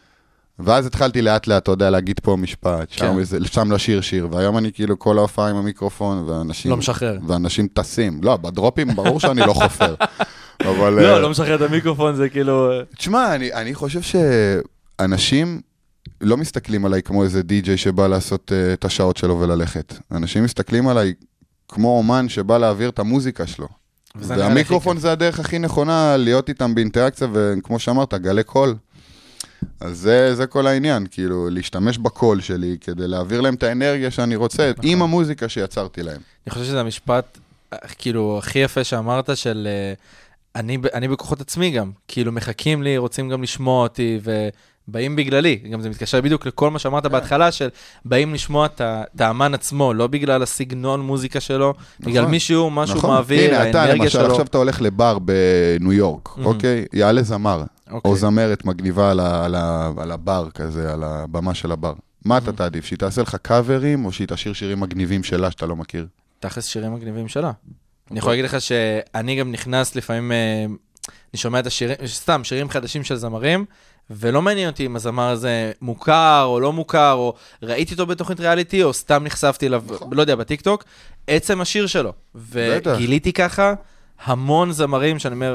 ואז התחלתי לאט לאט, אתה יודע, להגיד פה משפט, שם לשיר שיר, והיום אני כאילו כל ההופעה עם המיקרופון, ואנשים... לא משחרר. ואנשים טסים. לא, בדרופים ברור שאני לא חופר. לא, לא משחרר את המיקרופון, זה כאילו... תשמע, אני חושב שאנשים לא מסתכלים עליי כמו איזה די-ג'יי שבא לעשות את השעות שלו וללכת. אנשים מסתכלים עליי כמו אומן שבא להעביר את המוזיקה שלו. והמיקרופון זה הדרך הכי נכונה להיות איתם באינטראקציה, וכמו שאמרת, גלי קול. אז זה, זה כל העניין, כאילו, להשתמש בקול שלי, כדי להעביר להם את האנרגיה שאני רוצה, נכון. עם המוזיקה שיצרתי להם. אני חושב שזה המשפט, כאילו, הכי יפה שאמרת, של אני, אני בכוחות עצמי גם, כאילו, מחכים לי, רוצים גם לשמוע אותי, ובאים בגללי, גם זה מתקשר בדיוק לכל מה שאמרת בהתחלה, של באים לשמוע את האמן עצמו, לא בגלל הסגנון מוזיקה שלו, נכון. בגלל מישהו, משהו נכון. מעביר, הנה, אתה, האנרגיה למשל, שלו. עכשיו אתה הולך לבר בניו יורק, mm-hmm. אוקיי? יעלה זמר. Okay. או זמרת מגניבה על, ה, על, ה, על הבר כזה, על הבמה של הבר. מה אתה תעדיף? שהיא תעשה לך קאברים, או שהיא תשאיר שירים מגניבים שלה שאתה לא מכיר? תכלס שירים מגניבים שלה. אני יכול להגיד לך שאני גם נכנס לפעמים, אני שומע את השירים, סתם שירים חדשים של זמרים, ולא מעניין אותי אם הזמר הזה מוכר או לא מוכר, או ראיתי אותו בתוכנית ריאליטי, או סתם נחשפתי אליו, לא יודע, בטיקטוק, עצם השיר שלו. וגיליתי ככה המון זמרים שאני אומר,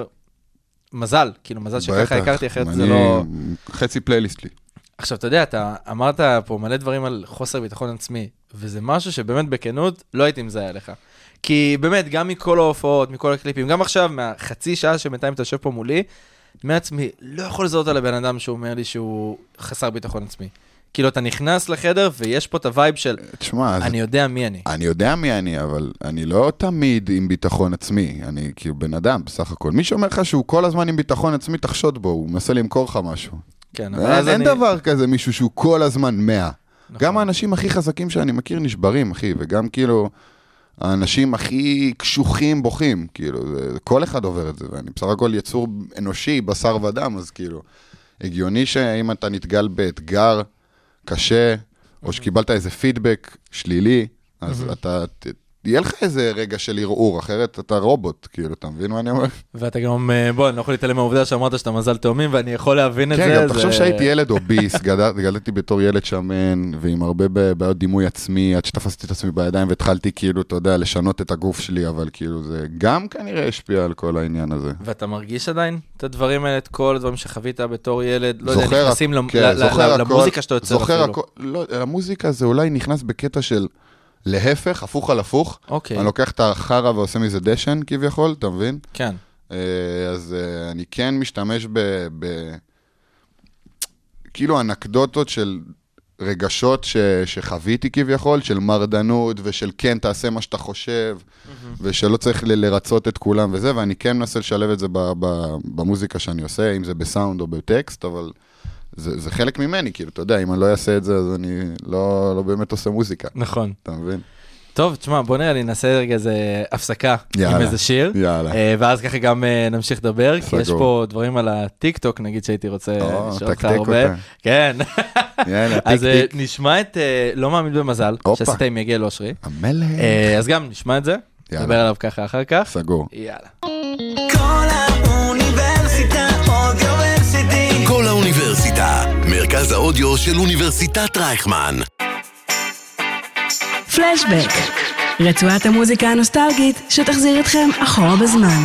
מזל, כאילו מזל שככה הכרתי, אחרת זה לא... חצי פלייליסט לי. עכשיו, אתה יודע, אתה אמרת פה מלא דברים על חוסר ביטחון עצמי, וזה משהו שבאמת בכנות לא הייתי מזהה לך. כי באמת, גם מכל ההופעות, מכל הקליפים, גם עכשיו, מהחצי שעה שבינתיים אתה יושב פה מולי, מעצמי, לא יכול לזהות על הבן אדם שהוא אומר לי שהוא חסר ביטחון עצמי. כאילו, אתה נכנס לחדר, ויש פה את הווייב של, תשמע, אני יודע מי אני. אני יודע מי אני, אבל אני לא תמיד עם ביטחון עצמי. אני כאילו בן אדם, בסך הכל. מי שאומר לך שהוא כל הזמן עם ביטחון עצמי, תחשוד בו, הוא מנסה למכור לך משהו. כן, אבל אז אין אני... דבר כזה מישהו שהוא כל הזמן מאה. נכון. גם האנשים הכי חזקים שאני מכיר נשברים, אחי, וגם כאילו, האנשים הכי קשוחים בוכים, כאילו, זה, כל אחד עובר את זה, ואני בסך הכל יצור אנושי, בשר ודם, אז כאילו, הגיוני שאם אתה נתגל באתגר, קשה, או שקיבלת איזה פידבק שלילי, אז אתה, יהיה לך איזה רגע של ערעור, אחרת אתה רובוט, כאילו, אתה מבין מה אני אומר? ואתה גם, בוא, אני לא יכול להתעלם מהעובדה שאמרת שאתה מזל תאומים, ואני יכול להבין את זה. כן, גם תחשוב שהייתי ילד אוביס, גדלתי בתור ילד שמן, ועם הרבה בעיות דימוי עצמי, עד שתפסתי את עצמי בידיים, והתחלתי כאילו, אתה יודע, לשנות את הגוף שלי, אבל כאילו זה גם כנראה השפיע על כל העניין הזה. ואתה מרגיש עדיין את הדברים האלה, את כל הדברים שחווית בתור ילד, לא יודע, נכנסים למוזיקה שאתה יוצר אפילו. המוזיקה זה אולי נכנס בקטע של להפך, הפוך על הפוך. אוקיי. אני לוקח את החרה ועושה מזה דשן כביכול, אתה מבין? כן. אז אני כן משתמש ב... ב... כאילו אנקדוטות של רגשות ש... שחוויתי כביכול, של מרדנות ושל כן תעשה מה שאתה חושב, mm-hmm. ושלא צריך ל... לרצות את כולם וזה, ואני כן מנסה לשלב את זה ב... ב... במוזיקה שאני עושה, אם זה בסאונד או בטקסט, אבל... זה, זה חלק ממני, כאילו, אתה יודע, אם אני לא אעשה את זה, אז אני לא, לא באמת עושה מוזיקה. נכון. אתה מבין? טוב, תשמע, בוא נראה, אני נעשה רגע איזה הפסקה יאללה, עם איזה שיר. יאללה. ואז ככה גם נמשיך לדבר, סגור. כי יש פה דברים על הטיקטוק, נגיד שהייתי רוצה לשאול אותך הרבה. אותה. כן. יאללה, טיק אז טיק. נשמע את לא מאמין במזל, שעשית עם יגל אושרי. המלך. אז גם נשמע את זה, יאללה. נדבר עליו ככה אחר כך. סגור. יאללה. כל האוניברסיטה אודיוורסיטי. כל האוניברסיטה, מרכז האודיו של אוניברסיטת רייכמן. פלשבק, רצועת המוזיקה הנוסטלגית שתחזיר אתכם אחורה בזמן.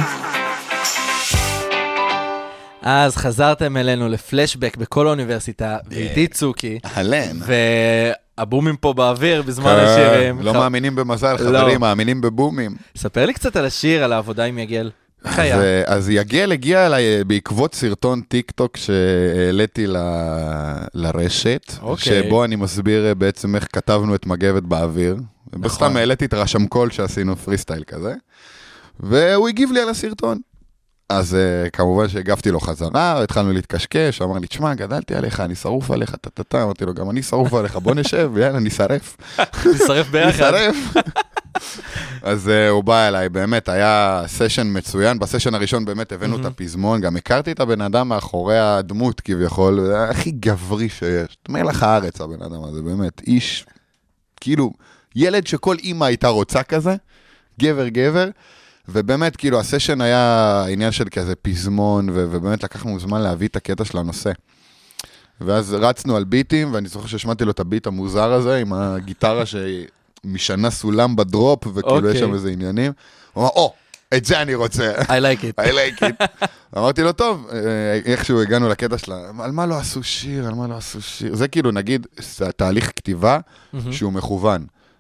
אז חזרתם אלינו לפלשבק בכל האוניברסיטה, ואיתי צוקי. אהלן. והבומים פה באוויר בזמן השירים. לא מאמינים במזל, חברים, מאמינים בבומים. ספר לי קצת על השיר, על העבודה עם יגל. איך היה? אז יגל הגיע אליי בעקבות סרטון טיק טוק שהעליתי לרשת, שבו אני מסביר בעצם איך כתבנו את מגבת באוויר. בסתם העליתי את רשם קול שעשינו פרי סטייל כזה, והוא הגיב לי על הסרטון. אז כמובן שהגבתי לו חזרה, התחלנו להתקשקש, אמר לי, תשמע, גדלתי עליך, אני שרוף עליך, טטטה, אמרתי לו, גם אני שרוף עליך, בוא נשב, יאללה, נשרף. נשרף ביחד. נשרף. אז הוא בא אליי, באמת, היה סשן מצוין, בסשן הראשון באמת הבאנו את הפזמון, גם הכרתי את הבן אדם מאחורי הדמות כביכול, זה היה הכי גברי שיש, מלח הארץ הבן אדם הזה, באמת, איש, כאילו, ילד שכל אימא הייתה רוצה כזה, גבר גבר, ובאמת, כאילו, הסשן היה עניין של כזה פזמון, ובאמת לקחנו זמן להביא את הקטע של הנושא. ואז רצנו על ביטים, ואני זוכר ששמעתי לו את הביט המוזר הזה, עם הגיטרה שמשנה סולם בדרופ, וכאילו יש שם איזה עניינים. הוא אמר, או, את זה אני רוצה. I like it. I like it. אמרתי לו, טוב, איכשהו הגענו לקטע שלה, על מה לא עשו שיר, על מה לא עשו שיר. זה כאילו, נגיד, זה תהליך כתיבה שהוא מכוון.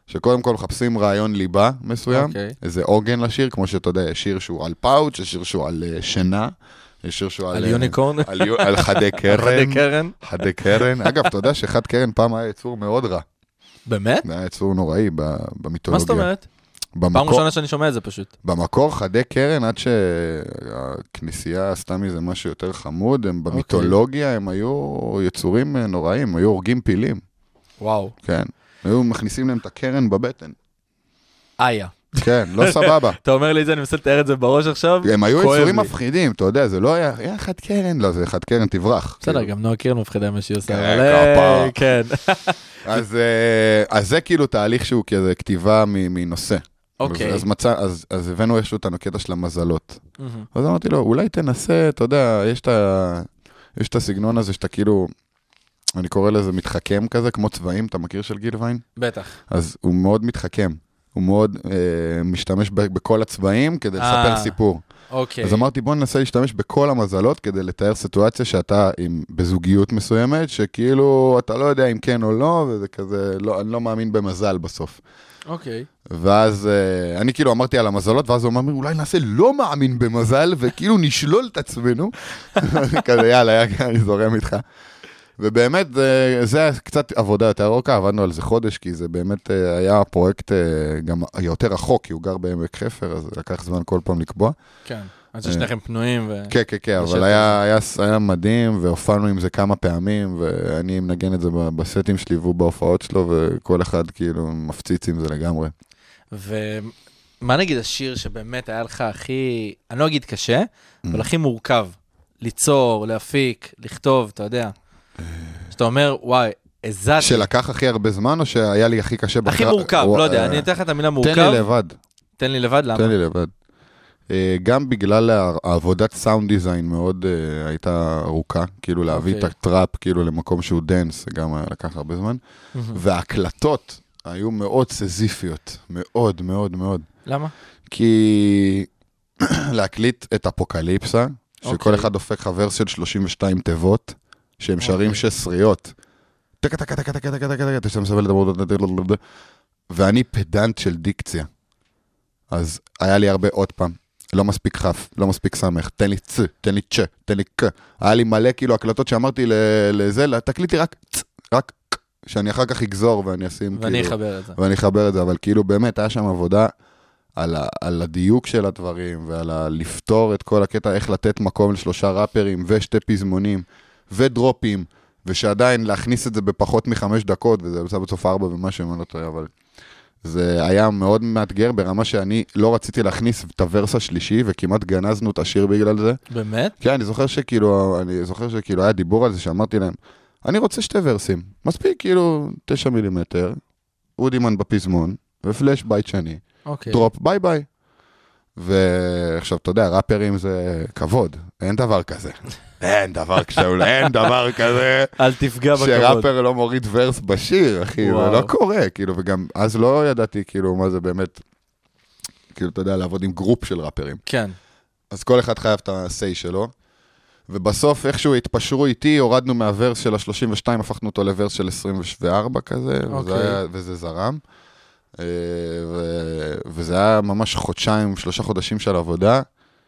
שקודם כל מחפשים רעיון ליבה מסוים, אוקיי. איזה עוגן לשיר, כמו שאתה יודע, יש שיר שהוא על פאוץ', יש שיר שהוא על uh, שינה, יש שיר שהוא על... על יוניקורן. על, יו- על חדי קרן. חדי קרן. חדי קרן. אגב, אתה יודע שחד קרן פעם היה יצור מאוד רע. באמת? זה היה יצור נוראי ב- במיתולוגיה. מה זאת אומרת? פעם במקור, ראשונה שאני שומע את זה פשוט. במקור חדי קרן, עד שהכנסייה עשתה מזה משהו יותר חמוד, הם במיתולוגיה הם היו יצורים נוראים, הם היו הורגים פילים. וואו. כן. היו מכניסים להם את הקרן בבטן. איה. כן, לא סבבה. אתה אומר לי את זה, אני מנסה לתאר את זה בראש עכשיו. הם היו כואב יצורים לי. מפחידים, אתה יודע, זה לא היה, היה חד קרן, לא, זה חד קרן, תברח. בסדר, כאילו. גם נועה קירל מפחידה מה שהיא עושה. כן, אבל, אה, כפרה. כן. אז, אה, אז זה כאילו תהליך שהוא כזה כתיבה מ- מנושא. אוקיי. אז, אז, מצא, אז, אז הבאנו איזשהו את הקטע של המזלות. אז אמרתי לו, אולי תנסה, אתה יודע, יש את ה- יש את הסגנון הזה שאתה כאילו, אני קורא לזה מתחכם כזה, כמו צבעים, אתה מכיר של גיל ויין? בטח. אז הוא מאוד מתחכם. הוא מאוד אה, משתמש ב- בכל הצבעים כדי לספר אה. סיפור. אוקיי. אז אמרתי, בוא ננסה להשתמש בכל המזלות כדי לתאר סיטואציה שאתה עם, בזוגיות מסוימת, שכאילו אתה לא יודע אם כן או לא, וזה כזה, לא, אני לא מאמין במזל בסוף. אוקיי. ואז אה, אני כאילו אמרתי על המזלות, ואז הוא אמר, אולי נעשה לא מאמין במזל, וכאילו נשלול את עצמנו. כזה, יאללה, יאללה, אני זורם איתך. ובאמת, זה, זה היה קצת עבודה יותר ארוכה, עבדנו על זה חודש, כי זה באמת אה, היה פרויקט אה, גם יותר רחוק, כי הוא גר בעמק חפר, אז לקח זמן כל פעם לקבוע. כן. אז ששניכם פנויים ו... כן, כן, כן, אבל בשטח. היה, היה, היה מדהים, והופענו עם זה כמה פעמים, ואני מנגן את זה ב- בסטים שלי, והוא בהופעות שלו, וכל אחד כאילו מפציץ עם זה לגמרי. ומה נגיד השיר שבאמת היה לך הכי, אני לא אגיד קשה, אבל הכי מורכב, ליצור, להפיק, לכתוב, אתה יודע. שאתה אומר, וואי, הזעתי. שלקח הכי הרבה זמן, או שהיה לי הכי קשה? הכי בקר- מורכב, או- לא יודע, אה, אני אתן לך את המילה מורכב. תן לי לבד, תן לי לבד, למה? תן לי לבד. אה, גם בגלל הע- העבודת סאונד דיזיין מאוד אה, הייתה ארוכה, כאילו להביא את אוקיי. הטראפ כאילו למקום שהוא דנס, זה גם היה לקח הרבה זמן. וההקלטות היו מאוד סזיפיות, מאוד מאוד מאוד. למה? כי להקליט את אפוקליפסה, שכל אוקיי. אחד הופך חבר של שלושים ושתיים תיבות, שהם שרים אוקיי. שסריות. טקה טקה טקה טקה טקה טקה טקה, שאתה מסבל את המורדות, ואני פדנט של דיקציה. אז היה לי הרבה עוד פעם, לא מספיק חף, לא מספיק סמך, תן לי צ, תן לי צ', תן לי ק. היה לי מלא כאילו הקלטות שאמרתי ל- לזה, תקליטי רק צ, רק ק, שאני אחר כך אגזור ואני אשים ואני כאילו... אחבר את זה. ואני אחבר את זה, אבל כאילו באמת היה שם עבודה על, ה, על הדיוק של הדברים, ועל ה, לפתור את כל הקטע, איך לתת מקום לשלושה ראפרים, ושתי פזמונים, ודרופים, ושעדיין להכניס את זה בפחות מחמש דקות, וזה יוצא בסוף ארבע ומשהו, אם אני לא טועה, אבל זה היה מאוד מאתגר, ברמה שאני לא רציתי להכניס את הוורס השלישי, וכמעט גנזנו את השיר בגלל זה. באמת? כן, אני זוכר שכאילו, אני זוכר שכאילו היה דיבור על זה, שאמרתי להם, אני רוצה שתי ורסים, מספיק כאילו תשע מילימטר, אודימן בפזמון, ופלאש בית שני, אוקיי. דרופ, ביי ביי. ועכשיו, אתה יודע, ראפרים זה כבוד, אין דבר כזה. אין דבר כזה, אין דבר כזה. אל תפגע בכבוד. שראפר לא מוריד ורס בשיר, אחי, זה וואו. לא קורה, כאילו, וגם אז לא ידעתי, כאילו, מה זה באמת, כאילו, אתה יודע, לעבוד עם גרופ של ראפרים. כן. אז כל אחד חייב את ה-say שלו, ובסוף איכשהו התפשרו איתי, הורדנו מהוורס של ה-שלושים ושתיים, הפכנו אותו לוורס של עשרים וארבע כזה, וזה, אוקיי. היה, וזה זרם. אה, ו- וזה היה ממש חודשיים, שלושה חודשים של עבודה,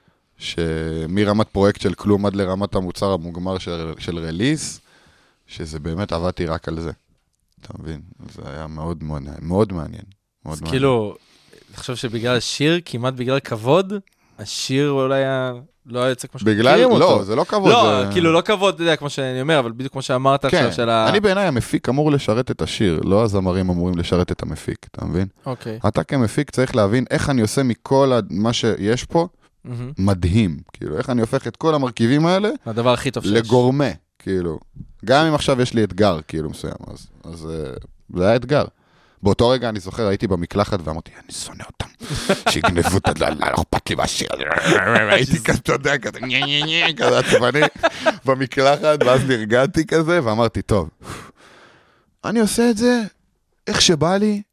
שמרמת פרויקט של כלום עד לרמת המוצר המוגמר של, של רליס, שזה באמת עבדתי רק על זה. אתה מבין? זה היה מאוד מאוד, מאוד מעניין. מאוד אז מעניין. כאילו, אני חושב שבגלל השיר, כמעט בגלל כבוד, השיר אולי היה, לא היה יוצא כמו בגלל, שמכירים אותו. לא, זה לא כבוד. לא, זה... כאילו לא כבוד, אתה יודע, כמו שאני אומר, אבל בדיוק כמו שאמרת כן, עכשיו של ה... אני בעיניי המפיק אמור לשרת את השיר, לא הזמרים אמורים לשרת את המפיק, אתה מבין? אוקיי. אתה כמפיק צריך להבין איך אני עושה מכל מה שיש פה מהמם. מדהים, כאילו, איך אני הופך את כל המרכיבים האלה הדבר הכי טוב שיש. לגורמה, כאילו. גם אם עכשיו יש לי אתגר, כאילו, מסוים, אז, אז uh, זה היה אתגר. באותו רגע אני זוכר, הייתי במקלחת ואמרתי, אני שונא אותם, שיגנבו את הדללה, לא אכפת לי מהשיר. הייתי כזה, אתה יודע, כזה, נה נה נה, כזה עצבני, במקלחת, ואז נרגעתי כזה, ואמרתי, טוב, אני עושה את זה, איך שבא לי,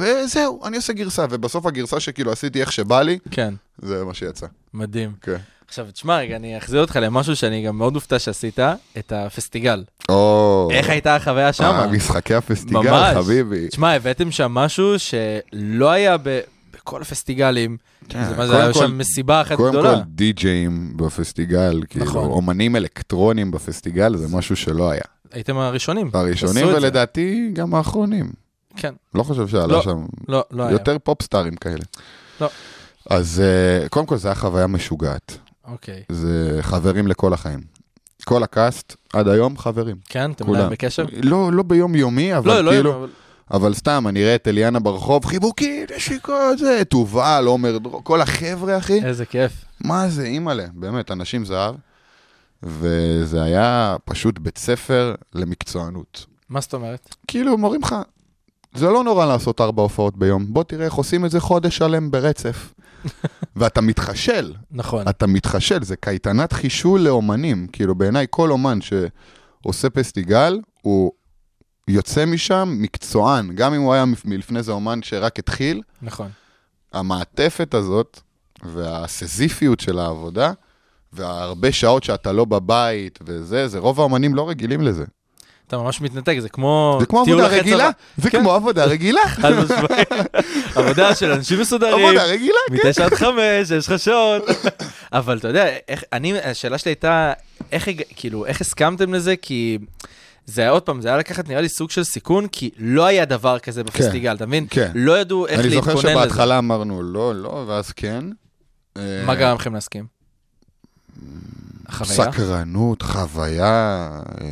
וזהו, אני עושה גרסה, ובסוף הגרסה שכאילו עשיתי איך שבא לי, כן, זה מה שיצא. מדהים. כן. עכשיו, תשמע רגע, אני אחזיר אותך למשהו שאני גם מאוד מופתע שעשית, את הפסטיגל. או... איך הייתה החוויה שם? אה, משחקי הפסטיגל, חביבי. תשמע, הבאתם שם משהו שלא היה ב... בכל הפסטיגלים. זה מה זה, היה שם מסיבה אחת גדולה. קודם כל די-ג'יים בפסטיגל, כאילו, אומנים אלקטרונים בפסטיגל, זה משהו שלא היה. הייתם הראשונים. הראשונים, ולדעתי גם האחרונים. כן. לא חושב שעלה שם. לא, לא היה. יותר פופסטארים כאלה. לא. אז קודם כל זה היה חוויה משוגעת. אוקיי. זה חברים לכל החיים. כל הקאסט, עד היום חברים. כן, אתם עדיין בקשר? לא, לא ביום יומי, אבל לא, כאילו... לא, אבל... אבל סתם, אני רואה את אליאנה ברחוב, חיבוקי, נשיקות, זה, תובל, עומר, כל החבר'ה, אחי. איזה כיף. מה זה, אימא'לה, באמת, אנשים זהב. וזה היה פשוט בית ספר למקצוענות. מה זאת אומרת? כאילו, מורים לך, זה לא נורא לעשות ארבע הופעות ביום. בוא תראה איך עושים את זה חודש שלם ברצף. ואתה מתחשל. נכון. אתה מתחשל, זה קייטנת חישול לאומנים. כאילו, בעיניי, כל אומן שעושה פסטיגל, הוא יוצא משם מקצוען. גם אם הוא היה מלפני זה אומן שרק התחיל. נכון. המעטפת הזאת, והסזיפיות של העבודה, והרבה שעות שאתה לא בבית, וזה, זה רוב האומנים לא רגילים לזה. אתה ממש מתנתק, זה כמו... זה כמו עבודה רגילה, זה כמו עבודה רגילה. עבודה של אנשים מסודרים. עבודה רגילה, כן. מתשע עד חמש, יש לך שעות. אבל אתה יודע, השאלה שלי הייתה, כאילו, איך הסכמתם לזה? כי זה היה עוד פעם, זה היה לקחת נראה לי סוג של סיכון, כי לא היה דבר כזה בפסטיגל, אתה מבין? כן. לא ידעו איך להתכונן לזה. אני זוכר שבהתחלה אמרנו לא, לא, ואז כן. מה גרם לכם להסכים? חוויה? סקרנות, חוויה,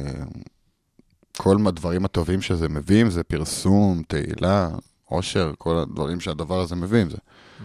כל הדברים הטובים שזה מביאים, זה פרסום, תהילה, עושר, כל הדברים שהדבר הזה מביאים. זה.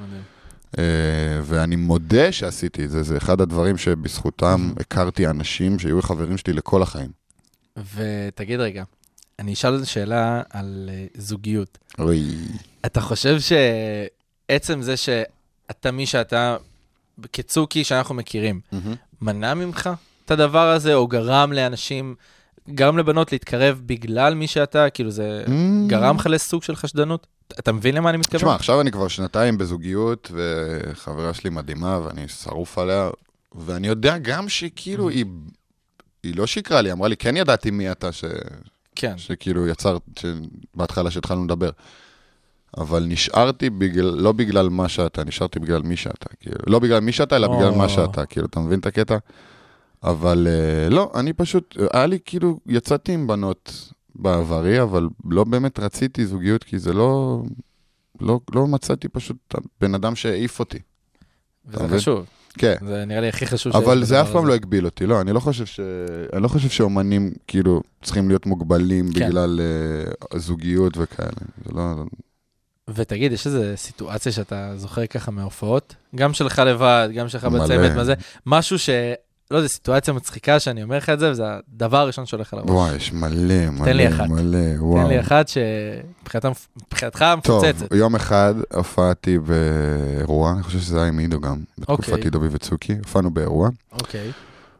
ואני מודה שעשיתי את זה, זה אחד הדברים שבזכותם הכרתי אנשים שיהיו חברים שלי לכל החיים. ותגיד רגע, אני אשאל איזו שאלה על זוגיות. אוי. אתה חושב שעצם זה שאתה מי שאתה, כצוקי שאנחנו מכירים, מנע ממך את הדבר הזה, או גרם לאנשים, גרם לבנות להתקרב בגלל מי שאתה, כאילו זה גרם לך לסוג של חשדנות? אתה מבין למה אני מתכוון? תשמע, עכשיו אני כבר שנתיים בזוגיות, וחברה שלי מדהימה, ואני שרוף עליה, ואני יודע גם שכאילו היא, היא לא שיקרה לי, אמרה לי, כן ידעתי מי אתה, ש... כן. שכאילו יצר, בהתחלה שהתחלנו לדבר. אבל נשארתי בגלל, לא בגלל מה שאתה, נשארתי בגלל מי שאתה, כאילו, לא בגלל מי שאתה, אלא בגלל מה שאתה, כאילו, אתה מבין את הקטע? אבל לא, אני פשוט, היה לי כאילו, יצאתי עם בנות בעברי, אבל לא באמת רציתי זוגיות, כי זה לא, לא, לא מצאתי פשוט בן אדם שהעיף אותי. וזה חשוב. כן. זה נראה לי הכי חשוב. אבל זה אף פעם לא הגביל אותי, לא, אני לא חושב ש... אני לא חושב שאומנים כאילו צריכים להיות מוגבלים בגלל זוגיות וכאלה. זה לא... ותגיד, יש איזו סיטואציה שאתה זוכר ככה מההופעות? גם שלך לבד, גם שלך בצוות, מה זה? משהו ש... לא, זו סיטואציה מצחיקה שאני אומר לך את זה, וזה הדבר הראשון שהולך על הראש. וואי, יש מלא, מלא, תן לי אחת. מלא, וואו. תן לי אחת שמבחינתך מפוצצת. טוב, יום אחד הופעתי באירוע, אני חושב שזה היה עם עידו גם, בתקופת עידו וצוקי, הופענו באירוע. אוקיי.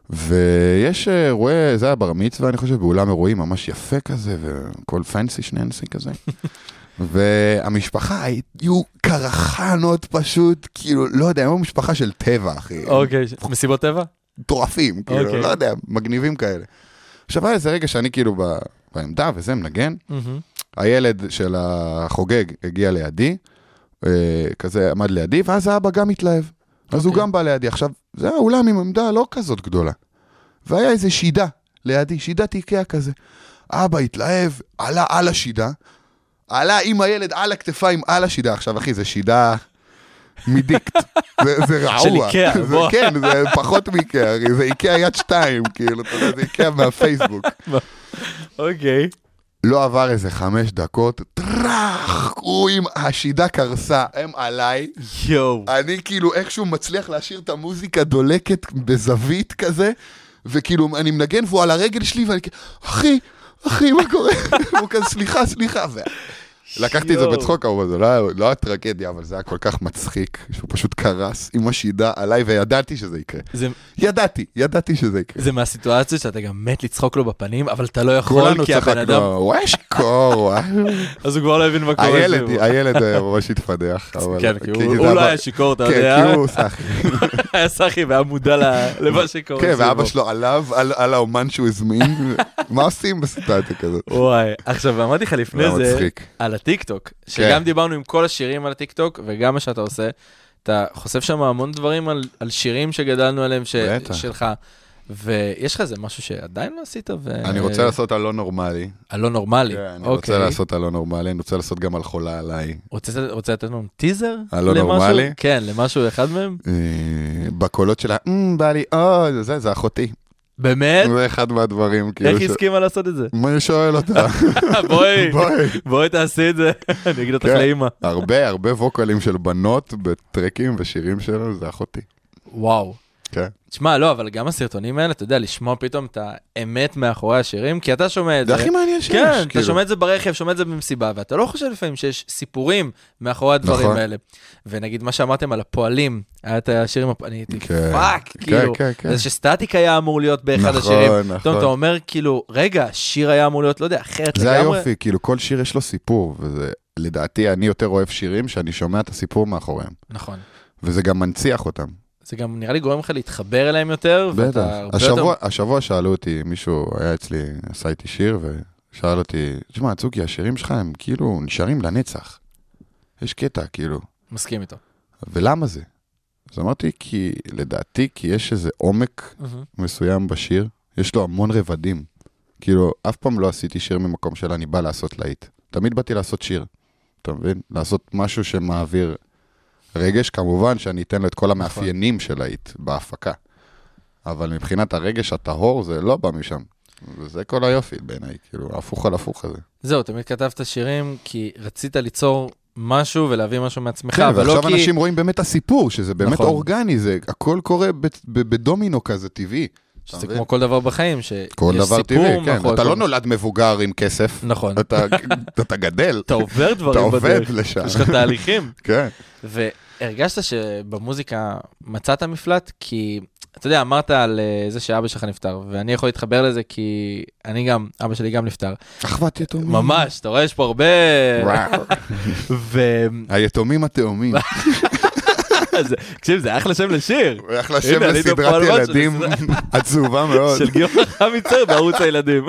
ויש אירוע, זה היה בר מצווה, אני חושב, באולם אירועים ממש יפה כזה, וכל פנסי שננסי כזה. והמשפחה היו קרחנות פשוט, כאילו, לא יודע, היו משפחה של טבע, אחי. אוקיי, מסיבות טבע? טורפים, כאילו, לא יודע, מגניבים כאלה. עכשיו היה איזה רגע שאני כאילו בעמדה, וזה מנגן, הילד של החוגג הגיע לידי, כזה עמד לידי, ואז האבא גם התלהב. אז הוא גם בא לידי. עכשיו, זה היה אולם עם עמדה לא כזאת גדולה. והיה איזה שידה לידי, שידת איקאה כזה. אבא התלהב, עלה על השידה, עלה עם הילד על הכתפיים על השידה. עכשיו, אחי, זה שידה מדיקט. זה רעוע. של איקאה, בוא. כן, זה פחות מאיקאה, זה איקאה יד שתיים, כאילו, אתה יודע, זה איקאה מהפייסבוק. אוקיי. לא עבר איזה חמש דקות, טרח, הוא עם השידה קרסה, הם עליי. יואו. אני כאילו איכשהו מצליח להשאיר את המוזיקה דולקת בזווית כזה, וכאילו אני מנגן והוא על הרגל שלי, ואני כאילו, אחי, אחי, מה קורה? הוא כזה, סליחה, סליחה. לקחתי את זה בצחוק, אבל זה לא היה טרגדיה, אבל זה היה כל כך מצחיק, שהוא פשוט קרס עם השידה עליי, וידעתי שזה יקרה. ידעתי, ידעתי שזה יקרה. זה מהסיטואציה שאתה גם מת לצחוק לו בפנים, אבל אתה לא יכול, כי הבן אדם... וואי שיקור, אז הוא כבר לא הבין מה קורה. הילד ממש התפדח. כן, כי הוא לא היה שיקור, אתה יודע. כן, כי הוא סחי. היה סחי והיה מודע למה שקורה. כן, ואבא שלו עליו, על האומן שהוא הזמין. מה עושים בסיטואציה כזאת? וואי, עכשיו, אמרתי לך לפני זה, על הטיקטוק, שגם דיברנו עם כל השירים על הטיקטוק, וגם מה שאתה עושה, אתה חושף שם המון דברים על שירים שגדלנו עליהם שלך, ויש לך איזה משהו שעדיין לא עשית? אני רוצה לעשות על לא נורמלי. על לא נורמלי? אני רוצה לעשות על לא נורמלי, אני רוצה לעשות גם על חולה עליי. רוצה לתת לנו טיזר? על לא נורמלי? כן, למשהו אחד מהם? בקולות שלה, בא לי, או, זה, זה אחותי. באמת? זה אחד מהדברים. איך הסכימה לעשות את זה? מה שואל אותה? בואי, בואי תעשי את זה, אני אגיד אותך לאמא. הרבה, הרבה ווקלים של בנות בטרקים ושירים שלנו, זה אחותי. וואו. כן. תשמע, לא, אבל גם הסרטונים האלה, אתה יודע, לשמוע פתאום את האמת מאחורי השירים, כי אתה שומע את זה. זה הכי מעניין שיש. כן, אתה שומע את זה ברכב, שומע את זה במסיבה, ואתה לא חושב לפעמים שיש סיפורים מאחורי הדברים האלה. ונגיד מה שאמרתם על הפועלים, היה את השירים, אני הייתי פאק, כאילו, זה שסטטיק היה אמור להיות באחד השירים. פתאום אתה אומר, כאילו, רגע, שיר היה אמור להיות, לא יודע, אחרת לגמרי. זה היופי, כאילו, כל שיר יש לו סיפור, וזה, לדעתי, אני יותר אוהב שירים שאני שומע את הסיפור מאחוריהם. נכון. וזה גם מנציח אותם. זה גם נראה לי גורם לך להתחבר אליהם יותר. בטח. השבוע, השבוע שאלו אותי, מישהו היה אצלי, עשה איתי שיר, ושאל אותי, תשמע, צוקי, השירים שלך הם כאילו נשארים לנצח. יש קטע, כאילו. מסכים איתו. ולמה זה? אז אמרתי, כי לדעתי, כי יש איזה עומק מסוים בשיר, יש לו המון רבדים. כאילו, אף פעם לא עשיתי שיר ממקום של אני בא לעשות להיט. תמיד באתי לעשות שיר. אתה מבין? לעשות משהו שמעביר רגש, כמובן שאני אתן לו את כל המאפיינים של להיט בהפקה. אבל מבחינת הרגש הטהור, זה לא בא משם. וזה כל היופי בעיניי, כאילו, הפוך על הפוך הזה. זהו, תמיד כתבת שירים כי רצית ליצור משהו ולהביא משהו מעצמך. כן, ועכשיו כי... אנשים רואים באמת הסיפור, שזה באמת נכון. אורגני, זה הכל קורה ב- ב- בדומינו כזה טבעי. שזה כמו כל דבר בחיים, שיש כל דבר טבעי, כן. אתה כל... לא נולד מבוגר עם כסף. נכון. אתה, אתה גדל. אתה עובר דברים אתה בדרך. עובד לשם. יש לך תהליכים. כן. והרגשת שבמוזיקה מצאת מפלט, כי אתה יודע, אמרת על זה שאבא שלך נפטר, ואני יכול להתחבר לזה כי אני גם, אבא שלי גם נפטר. אחוות יתומים. ממש, אתה רואה, יש פה הרבה... היתומים התאומים. תקשיב, זה אחלה שם לשיר. אחלה שם לסדרת ילדים עצובה מאוד. של גיורא חמיצר בערוץ הילדים.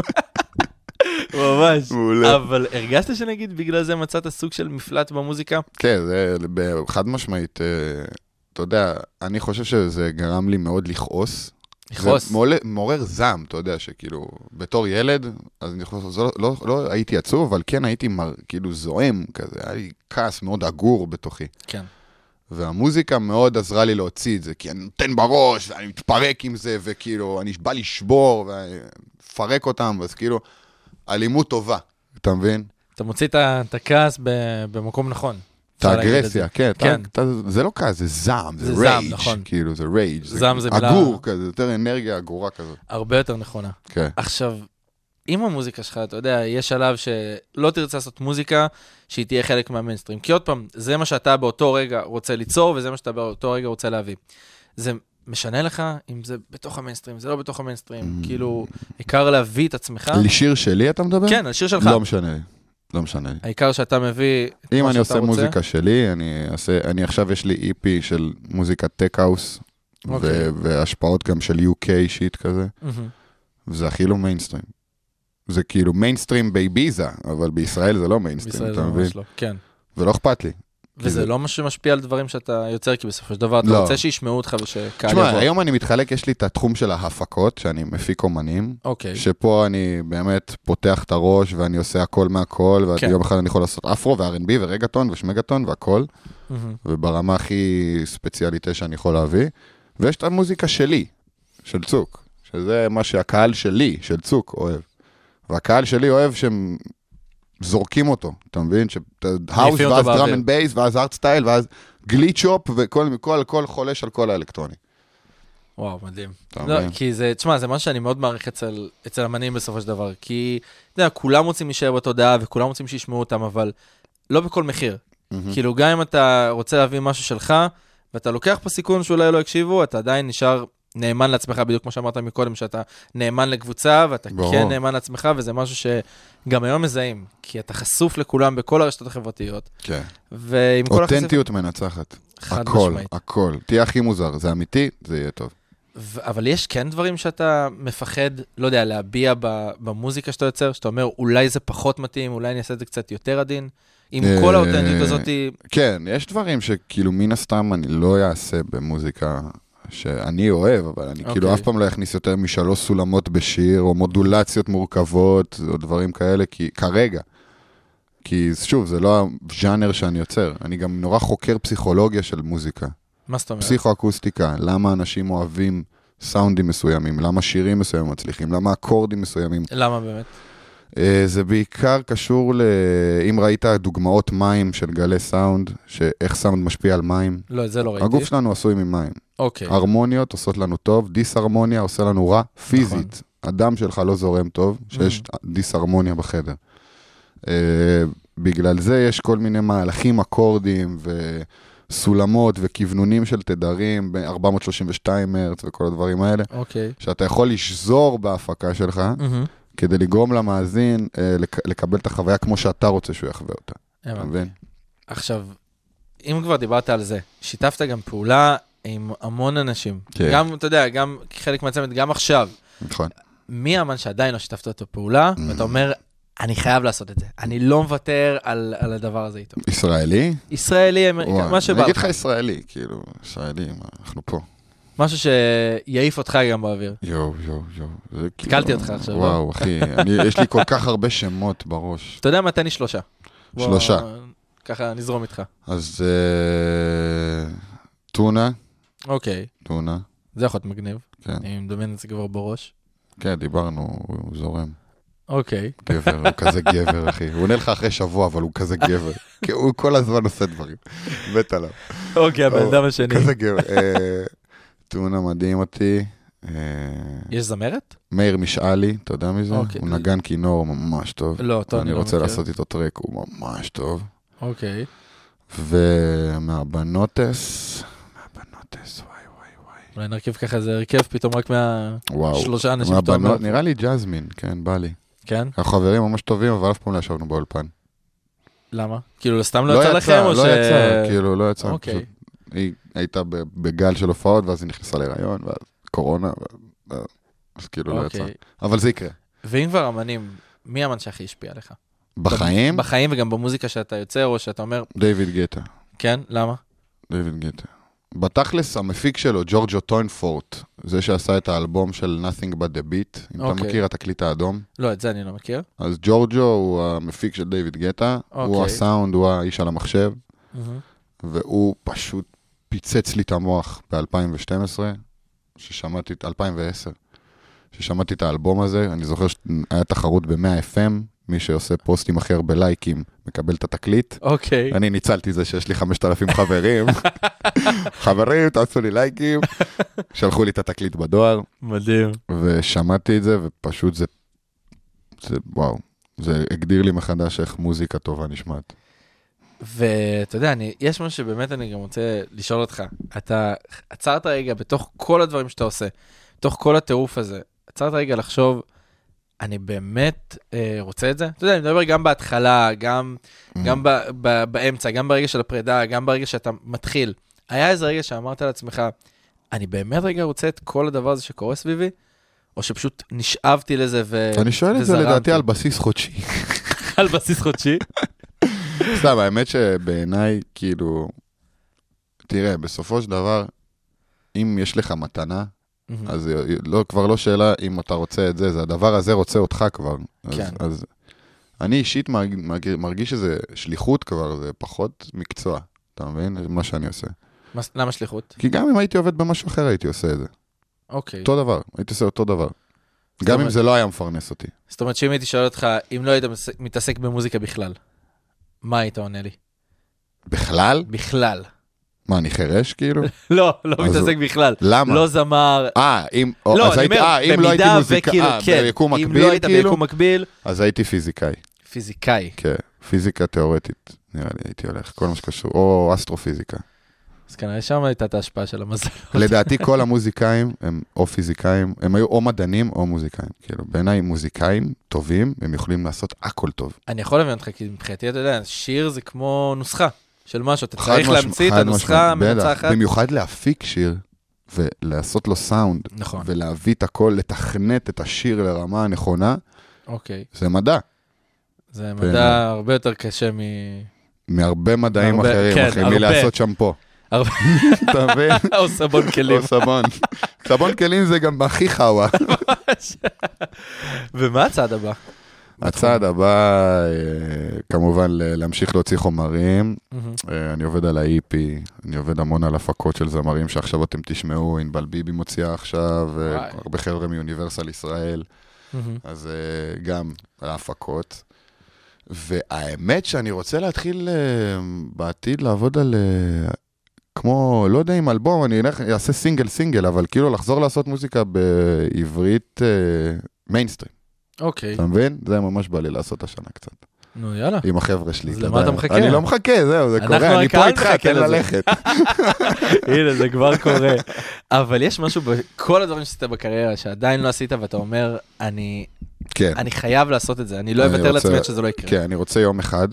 ממש. אבל הרגשת שנגיד בגלל זה מצאת סוג של מפלט במוזיקה? כן, זה חד משמעית. אתה יודע, אני חושב שזה גרם לי מאוד לכעוס. לכעוס? זה מעורר זעם, אתה יודע, שכאילו, בתור ילד, אז אני חושב, לא הייתי עצוב, אבל כן הייתי כאילו זועם כזה, היה לי כעס מאוד אגור בתוכי. כן. והמוזיקה מאוד עזרה לי להוציא את זה, כי אני נותן בראש, ואני מתפרק עם זה, וכאילו, אני בא לשבור, ופרק אותם, אז כאילו, אלימות טובה, אתה מבין? אתה מוציא את הכעס במקום נכון. את האגרסיה, כן, זה לא כעס, זה זעם, זה רייג', כאילו, זה רייג', זעם זה מילה... אגור כזה, יותר אנרגיה אגורה כזאת. הרבה יותר נכונה. כן. עכשיו, עם המוזיקה שלך, אתה יודע, יש שלב שלא תרצה לעשות מוזיקה, שהיא תהיה חלק מהמיינסטרים. כי עוד פעם, זה מה שאתה באותו רגע רוצה ליצור, וזה מה שאתה באותו רגע רוצה להביא. זה משנה לך אם זה בתוך המיינסטרים, זה לא בתוך המיינסטרים. כאילו, עיקר להביא את עצמך. לשיר שלי אתה מדבר? כן, על שיר שלך. לא משנה לי. לא משנה לי. העיקר שאתה מביא את מה שאתה רוצה. אם אני עושה מוזיקה שלי, אני עושה, אני עכשיו יש לי אי פי של מוזיקת טק-האוס, והשפעות גם של יו קיי שיט כזה, וזה הכי לא מיינסטרים. זה כאילו מיינסטרים בייביזה, אבל בישראל זה לא מיינסטרים, אתה מבין? לא, כן. ולא אכפת לי. וזה לא משהו שמשפיע על דברים שאתה יוצר, כי בסופו של דבר אתה רוצה שישמעו אותך ושקהל יבוא. תשמע, היום אני מתחלק, יש לי את התחום של ההפקות, שאני מפיק אומנים, שפה אני באמת פותח את הראש, ואני עושה הכל מהכל, ויום אחד אני יכול לעשות אפרו ו-אר אנד בי ורגטון ושמגטון והכל, וברמה הכי ספציאלית שאני יכול להביא, ויש את המוזיקה שלי, של צוק, שזה מה שהקהל שלי, של צוק, אוהב. והקהל שלי אוהב שהם זורקים אותו, אתה מבין? האוס ואז דראם אנד בייס, ואז ארט סטייל, ואז גליצ'ופ, וכל חולש על כל האלקטרוני. וואו, מדהים. לא, כי זה, תשמע, זה משהו שאני מאוד מעריך אצל, אצל אמנים בסופו של דבר, כי, אתה יודע, כולם רוצים להישאר בתודעה, וכולם רוצים שישמעו אותם, אבל לא בכל מחיר. כאילו, גם אם אתה רוצה להביא משהו שלך, ואתה לוקח פה סיכון שאולי לא יקשיבו, אתה עדיין נשאר נאמן לעצמך, בדיוק כמו שאמרת מקודם, שאתה נאמן לקבוצה, ואתה כן נאמן לעצמך, וזה משהו שגם היום מזהים, כי אתה חשוף לכולם בכל הרשתות החברתיות. כן. ועם כל אותנטיות מנצחת. הכל, הכל. תהיה הכי מוזר, זה אמיתי, זה יהיה טוב. אבל יש כן דברים שאתה מפחד, לא יודע, להביע במוזיקה שאתה יוצר, שאתה אומר, אולי זה פחות מתאים, אולי אני אעשה את זה קצת יותר עדין, עם כל האותנטיות הזאת. כן, יש דברים שכאילו מן הסתם אני לא אעשה במוזיקה שאני אוהב, אבל אני כאילו אף פעם לא אכניס יותר משלוש סולמות בשיר, או מודולציות מורכבות, או דברים כאלה, כי כרגע, כי שוב, זה לא הז'אנר שאני יוצר, אני גם נורא חוקר פסיכולוגיה של מוזיקה. מה זאת אומרת? פסיכואקוסטיקה, למה אנשים אוהבים סאונדים מסוימים, למה שירים מסוימים מצליחים, למה אקורדים מסוימים. למה באמת? זה בעיקר קשור ל... אם ראית דוגמאות מים של גלי סאונד, שאיך סאונד משפיע על מים. לא, זה לא ראיתי. הגוף שלנו עשוי ממים. אוקיי. הרמוניות עושות לנו טוב, דיס-הרמוניה עושה לנו רע פיזית. הדם שלך לא זורם טוב, שיש דיס-הרמוניה בחדר. בגלל זה יש כל מיני מהלכים אקורדים וסולמות וכיוונונים של תדרים ב-ארבע מאות שלושים ושתיים הרץ וכל הדברים האלה. אוקיי. שאתה יכול לשזור בהפקה שלך, כדי לגרום למאזין לקבל את החוויה כמו שאתה רוצה שהוא יחווה אותה. מבין? עכשיו, אם כבר דיברת על זה, שיתפת גם פעולה עם המון אנשים. גם, אתה יודע, גם חלק מהצמד, גם עכשיו. נכון. מי האמן שעדיין לא שיתפת אותו פעולה, ואתה אומר, אני חייב לעשות את זה. אני לא מוותר על, על הדבר הזה איתו. ישראלי? ישראלי, מה שבא. אני אגיד לך ישראלי, כאילו, ישראלי, אנחנו פה. משהו שיעיף אותך גם באוויר. יו, יו, יו. תקלתי אותך עכשיו. וואו, אחי, יש לי כל כך הרבה שמות בראש. אתה יודע מה, תן לי שלושה. שלושה. ככה נזרום איתך. אז טונה. אוקיי. טונה. זה יכול להיות מגניב. כן. אני מדמיין את זה כבר בראש. כן, דיברנו, הוא זורם. אוקיי. גבר, הוא כזה גבר, אחי. הוא עונה לך אחרי שבוע, אבל הוא כזה גבר. כי הוא כל הזמן עושה דברים. בית עליו. אוקיי, הבן אדם השני. כזה גבר. טונה מדהים אותי. יש זמרת? מאיר משאלי, אתה יודע מזה? הוא נגן כינור, ממש טוב. לא, טוב. אני רוצה לעשות איתו טרק, הוא ממש טוב. אוקיי. ומהבנוטס, מהבנוטס, וואי וואי וואי. אולי נרכיב ככה איזה הרכב פתאום רק מהשלושה אנשים שאתה אומר. נראה לי ג'זמין, כן, בא לי. כן? החברים ממש טובים, אבל אף פעם לא ישבנו באולפן. למה? כאילו, סתם לא יצא לכם? לא יצא, כאילו, לא יצא. אוקיי. היא הייתה בגל של הופעות, ואז היא נכנסה להיריון, ואז קורונה, אז כאילו לא יצא. אבל זה יקרה. ואם כבר אמנים, מי האמן שהכי השפיע עליך? בחיים? בחיים וגם במוזיקה שאתה יוצר, או שאתה אומר... דיוויד גטה. כן? למה? דיוויד גטה. בתכלס, המפיק שלו, ג'ורג'ו טוינפורט, זה שעשה את האלבום של Nothing But The Beat, אם אתה מכיר את התקליט האדום. לא, את זה אני לא מכיר. אז ג'ורג'ו הוא המפיק של דיוויד גטה, הוא הסאונד, הוא האיש על המחשב, והוא פשוט פיצץ לי את המוח ב-אלפיים ושתים עשרה, ששמעתי, אלפיים ועשר, ששמעתי את האלבום הזה, אני זוכר שהיה תחרות ב-מאה אף אם, מי שעושה פוסטים הכי הרבה לייקים, מקבל את התקליט. אוקיי. אני ניצלתי זה שיש לי חמשת אלפים חברים. חברים, תעשו לי לייקים. שלחו לי את התקליט בדואר. מדהים. ושמעתי את זה, ופשוט זה, זה, וואו, זה הגדיר לי מחדש איך מוזיקה טובה נשמעת. ואתה יודע, אני, יש משהו שבאמת אני גם רוצה לשאול אותך. אתה עצרת רגע בתוך כל הדברים שאתה עושה, בתוך כל הטירוף הזה, עצרת רגע לחשוב, אני באמת אה, רוצה את זה? אתה יודע, אני מדבר גם בהתחלה, גם, mm. גם ב, ב, באמצע, גם ברגע של הפרידה, גם ברגע שאתה מתחיל. היה איזה רגע שאמרת לעצמך, אני באמת רגע רוצה את כל הדבר הזה שקורה סביבי? או שפשוט נשאבתי לזה ו... אני שואל את זה לדעתי על בסיס חודשי. על בסיס חודשי? סתם, האמת שבעיניי, כאילו, תראה, בסופו של דבר, אם יש לך מתנה, אז לא, כבר לא שאלה אם אתה רוצה את זה, זה הדבר הזה רוצה אותך כבר. כן. אז, אז אני אישית מרגיש, מרגיש שזה שליחות כבר, זה פחות מקצוע, אתה מבין? מה שאני עושה. מה, למה שליחות? כי גם אם הייתי עובד במשהו אחר, הייתי עושה את זה. אוקיי. אותו דבר, הייתי עושה אותו דבר. גם אומרת, אם זה לא היה מפרנס אותי. זאת אומרת שאם הייתי שואל אותך, אם לא היית מתעסק במוזיקה בכלל, מה היית עונה לי? בכלל? בכלל. מה, אני חרש כאילו? לא, לא מתעסק בכלל. למה? לא זמר. אה, אם לא, אז הייתי, אה, אם לא הייתי מוזיקאי, כן, ביקום מקביל, אם לא היית ביקום מקביל. אז הייתי פיזיקאי. פיזיקאי. כן, פיזיקה תיאורטית, נראה לי, הייתי הולך, כל מה שקשור, או אסטרופיזיקה. אז כנראה שם הייתה את ההשפעה של המזל. לדעתי כל המוזיקאים הם או פיזיקאים, הם היו או מדענים או מוזיקאים. כאילו, בעיניי מוזיקאים טובים, הם יכולים לעשות הכל טוב. אני יכול להבין אותך, כי מבחינתי, אתה יודע, שיר זה כמו נוסחה של משהו, אתה צריך להמציא את הנוסחה המנצחת. במיוחד להפיק שיר, ולעשות לו סאונד, נכון. ולהביא את הכל, לתכנת את השיר לרמה הנכונה, אוקיי. זה מדע. זה מדע הרבה יותר קשה מ... מהרבה מדעים הרבה, אחרים, כן, אחרי הרבה. מלעשות שם פה. הרבה. אתה מבין? או סבון כלים. או סבון. סבון כלים זה גם הכי חווה. ומה הצעד הבא? הצעד הבא, כמובן, להמשיך להוציא חומרים. אני עובד על ה-אי פי, אני עובד המון על הפקות של זמרים שעכשיו אתם תשמעו, ענבל ביבי מוציאה עכשיו, הרבה חבר'ה מאוניברסל ישראל, אז גם על ההפקות. והאמת שאני רוצה להתחיל בעתיד לעבוד על, כמו, לא יודע אם אלבום, אני אעשה סינגל סינגל, אבל כאילו לחזור לעשות מוזיקה בעברית מיינסטרים. אוקיי. אתה מבין? זה ממש בא לי לעשות השנה קצת. נו, יאללה. עם החבר'ה שלי. אז למה אתה מחכה? אני לא מחכה, זהו, זה קורה. אני פה איתך, תן ללכת. הנה, זה כבר קורה. אבל יש משהו בכל הדברים שעשית בקריירה, שעדיין לא עשית, ואתה אומר, אני... כן. אני חייב לעשות את זה, אני לא אוותר לעצמי שזה לא יקרה. כן, אני רוצה יום אחד,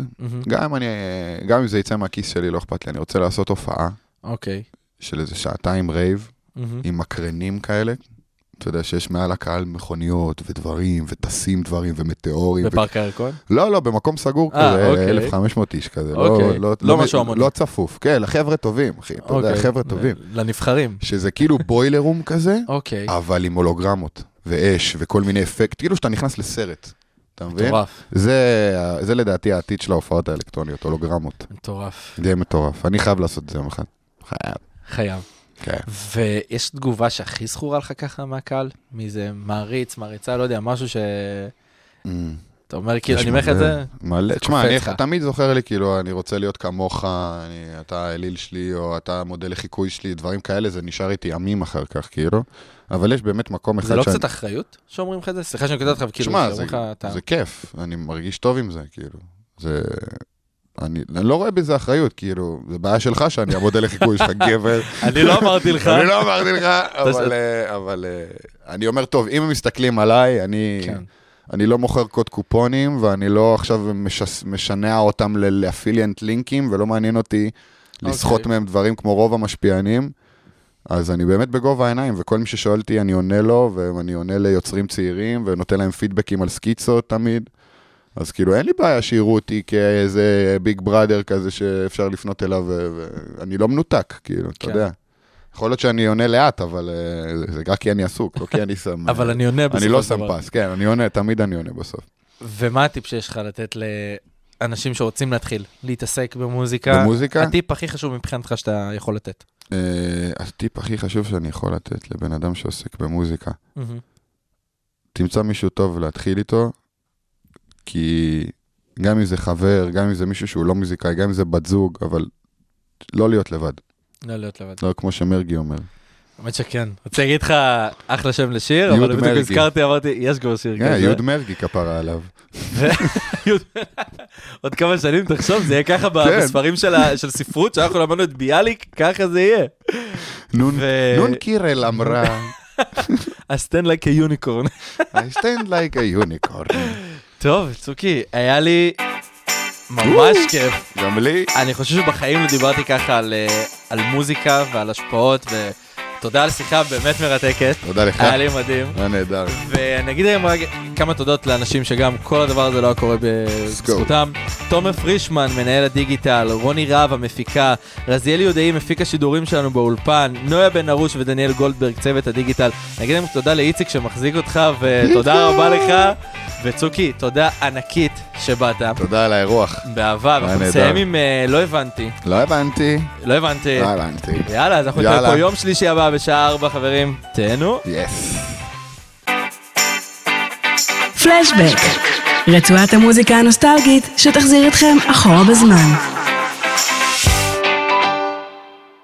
גם אם זה יצא מהכיס שלי, לא אכפת לי, אני רוצה לעשות הופעה, אוקיי. של איזה שעתיים רייב, עם מקרנים כאלה, אתה יודע שיש מעל הקהל מכוניות ודברים, וטסים דברים ומטאורים. בפארק הירקון? לא, לא, במקום סגור כזה, אלף וחמש מאות איש כזה. לא משהו המוני. לא צפוף, כן, לחבר'ה טובים, אחי, אתה יודע, חבר'ה טובים. לנבחרים. שזה כאילו בוילר רום כזה, אוקיי. אבל עם הולוגרמות, ואש, וכל מיני אפקט, כאילו שאתה נכנס לסרט. אתה מבין? מטורף. זה, זה לדעתי העתיד של ההופעות האלקטרוניות, הולוגרמות. מטורף. זה מטורף. אני חייב לעשות את זה יום אחד. חייב. חייב. כן. ויש תגובה שהכי זכורה לך ככה מהקהל? מאיזה מעריץ, מעריצה, לא יודע, משהו ש... אתה אומר, כאילו, אני אומר לך את זה? מלא. תשמע, אני תמיד זוכר לי, כאילו, אני רוצה להיות כמוך, אתה האליל שלי, או אתה המודל לחיקוי שלי, דברים כאלה, זה נשאר איתי עמים אחר כך, כאילו. אבל יש באמת מקום אחד... זה לא קצת אחריות שאומרים לך את זה? סליחה שאני כותבת לך, כאילו, תשמע, זה כיף, אני מרגיש טוב עם זה, כאילו. זה... אני לא רואה בזה אחריות, כאילו, זה בעיה שלך שאני המודל לחיקוי שלך, גבר. אני לא אמרתי לך. אני לא אמרתי לך, אבל אני אומר, טוב, אם הם מסתכלים עליי, אני לא מוכר קוד קופונים, ואני לא עכשיו משנע אותם לאפיליאנט לינקים, ולא מעניין אותי לסחוט מהם דברים כמו רוב המשפיענים, אז אני באמת בגובה העיניים, וכל מי ששואל אותי, אני עונה לו, ואני עונה ליוצרים צעירים, ונותן להם פידבקים על סקיצות תמיד, אז כאילו אין לי בעיה שיראו אותי כאיזה ביג בראדר כזה שאפשר לפנות אליו, ואני לא מנותק, כאילו, אתה יודע. יכול להיות שאני עונה לאט, אבל זה רק כי אני עסוק, לא כי אני שם... אבל אני עונה בסוף. אני לא שם פס, כן, אני עונה, תמיד אני עונה בסוף. ומה הטיפ שיש לך לתת לאנשים שרוצים להתחיל להתעסק במוזיקה? במוזיקה? הטיפ הכי חשוב מבחינתך שאתה יכול לתת. הטיפ הכי חשוב שאני יכול לתת לבן אדם שעוסק במוזיקה. תמצא מישהו טוב ולהתחיל איתו, כי גם אם זה חבר, גם אם זה מישהו שהוא לא מוזיקאי, גם אם זה בת זוג, אבל לא להיות לבד. לא להיות לבד. לא כמו שמרגי אומר. באמת שכן. רוצה להגיד לך אחלה שם לשיר, אבל בדיוק הזכרתי, אמרתי, יש כבר שיר כזה. יוד מרגי כפרה עליו. עוד כמה שנים תחשוב, זה יהיה ככה בספרים של ספרות, שאנחנו למדנו את ביאליק, ככה זה יהיה. נון קירל אמרה. I stand like a unicorn. I stand like a unicorn. טוב, צוקי, היה לי ממש כיף. גם לי. אני חושב שבחיים לא דיברתי ככה על, על מוזיקה ועל השפעות, ותודה על שיחה באמת מרתקת. תודה לך. היה לי מדהים. היה נהדר. ואני אגיד היום כמה תודות לאנשים שגם כל הדבר הזה לא היה קורה בזכותם. תומר פרישמן, מנהל הדיגיטל, רוני רב, המפיקה, רזיאל יודעי, מפיק השידורים שלנו באולפן, נויה בן ארוש ודניאל גולדברג, צוות הדיגיטל. אני אגיד להם תודה לאיציק שמחזיק אותך, ותודה רבה לך. וצוקי, תודה ענקית שבאת. תודה על האירוח. באהבה, ואנחנו נסיים עם לא הבנתי. לא הבנתי. לא הבנתי. לא הבנתי. יאללה, אז אנחנו נתראה פה יום שלישי הבא בשעה ארבע, חברים. תהנו. יס. פלשבק, רצועת המוזיקה הנוסטלגית שתחזיר אתכם אחורה בזמן.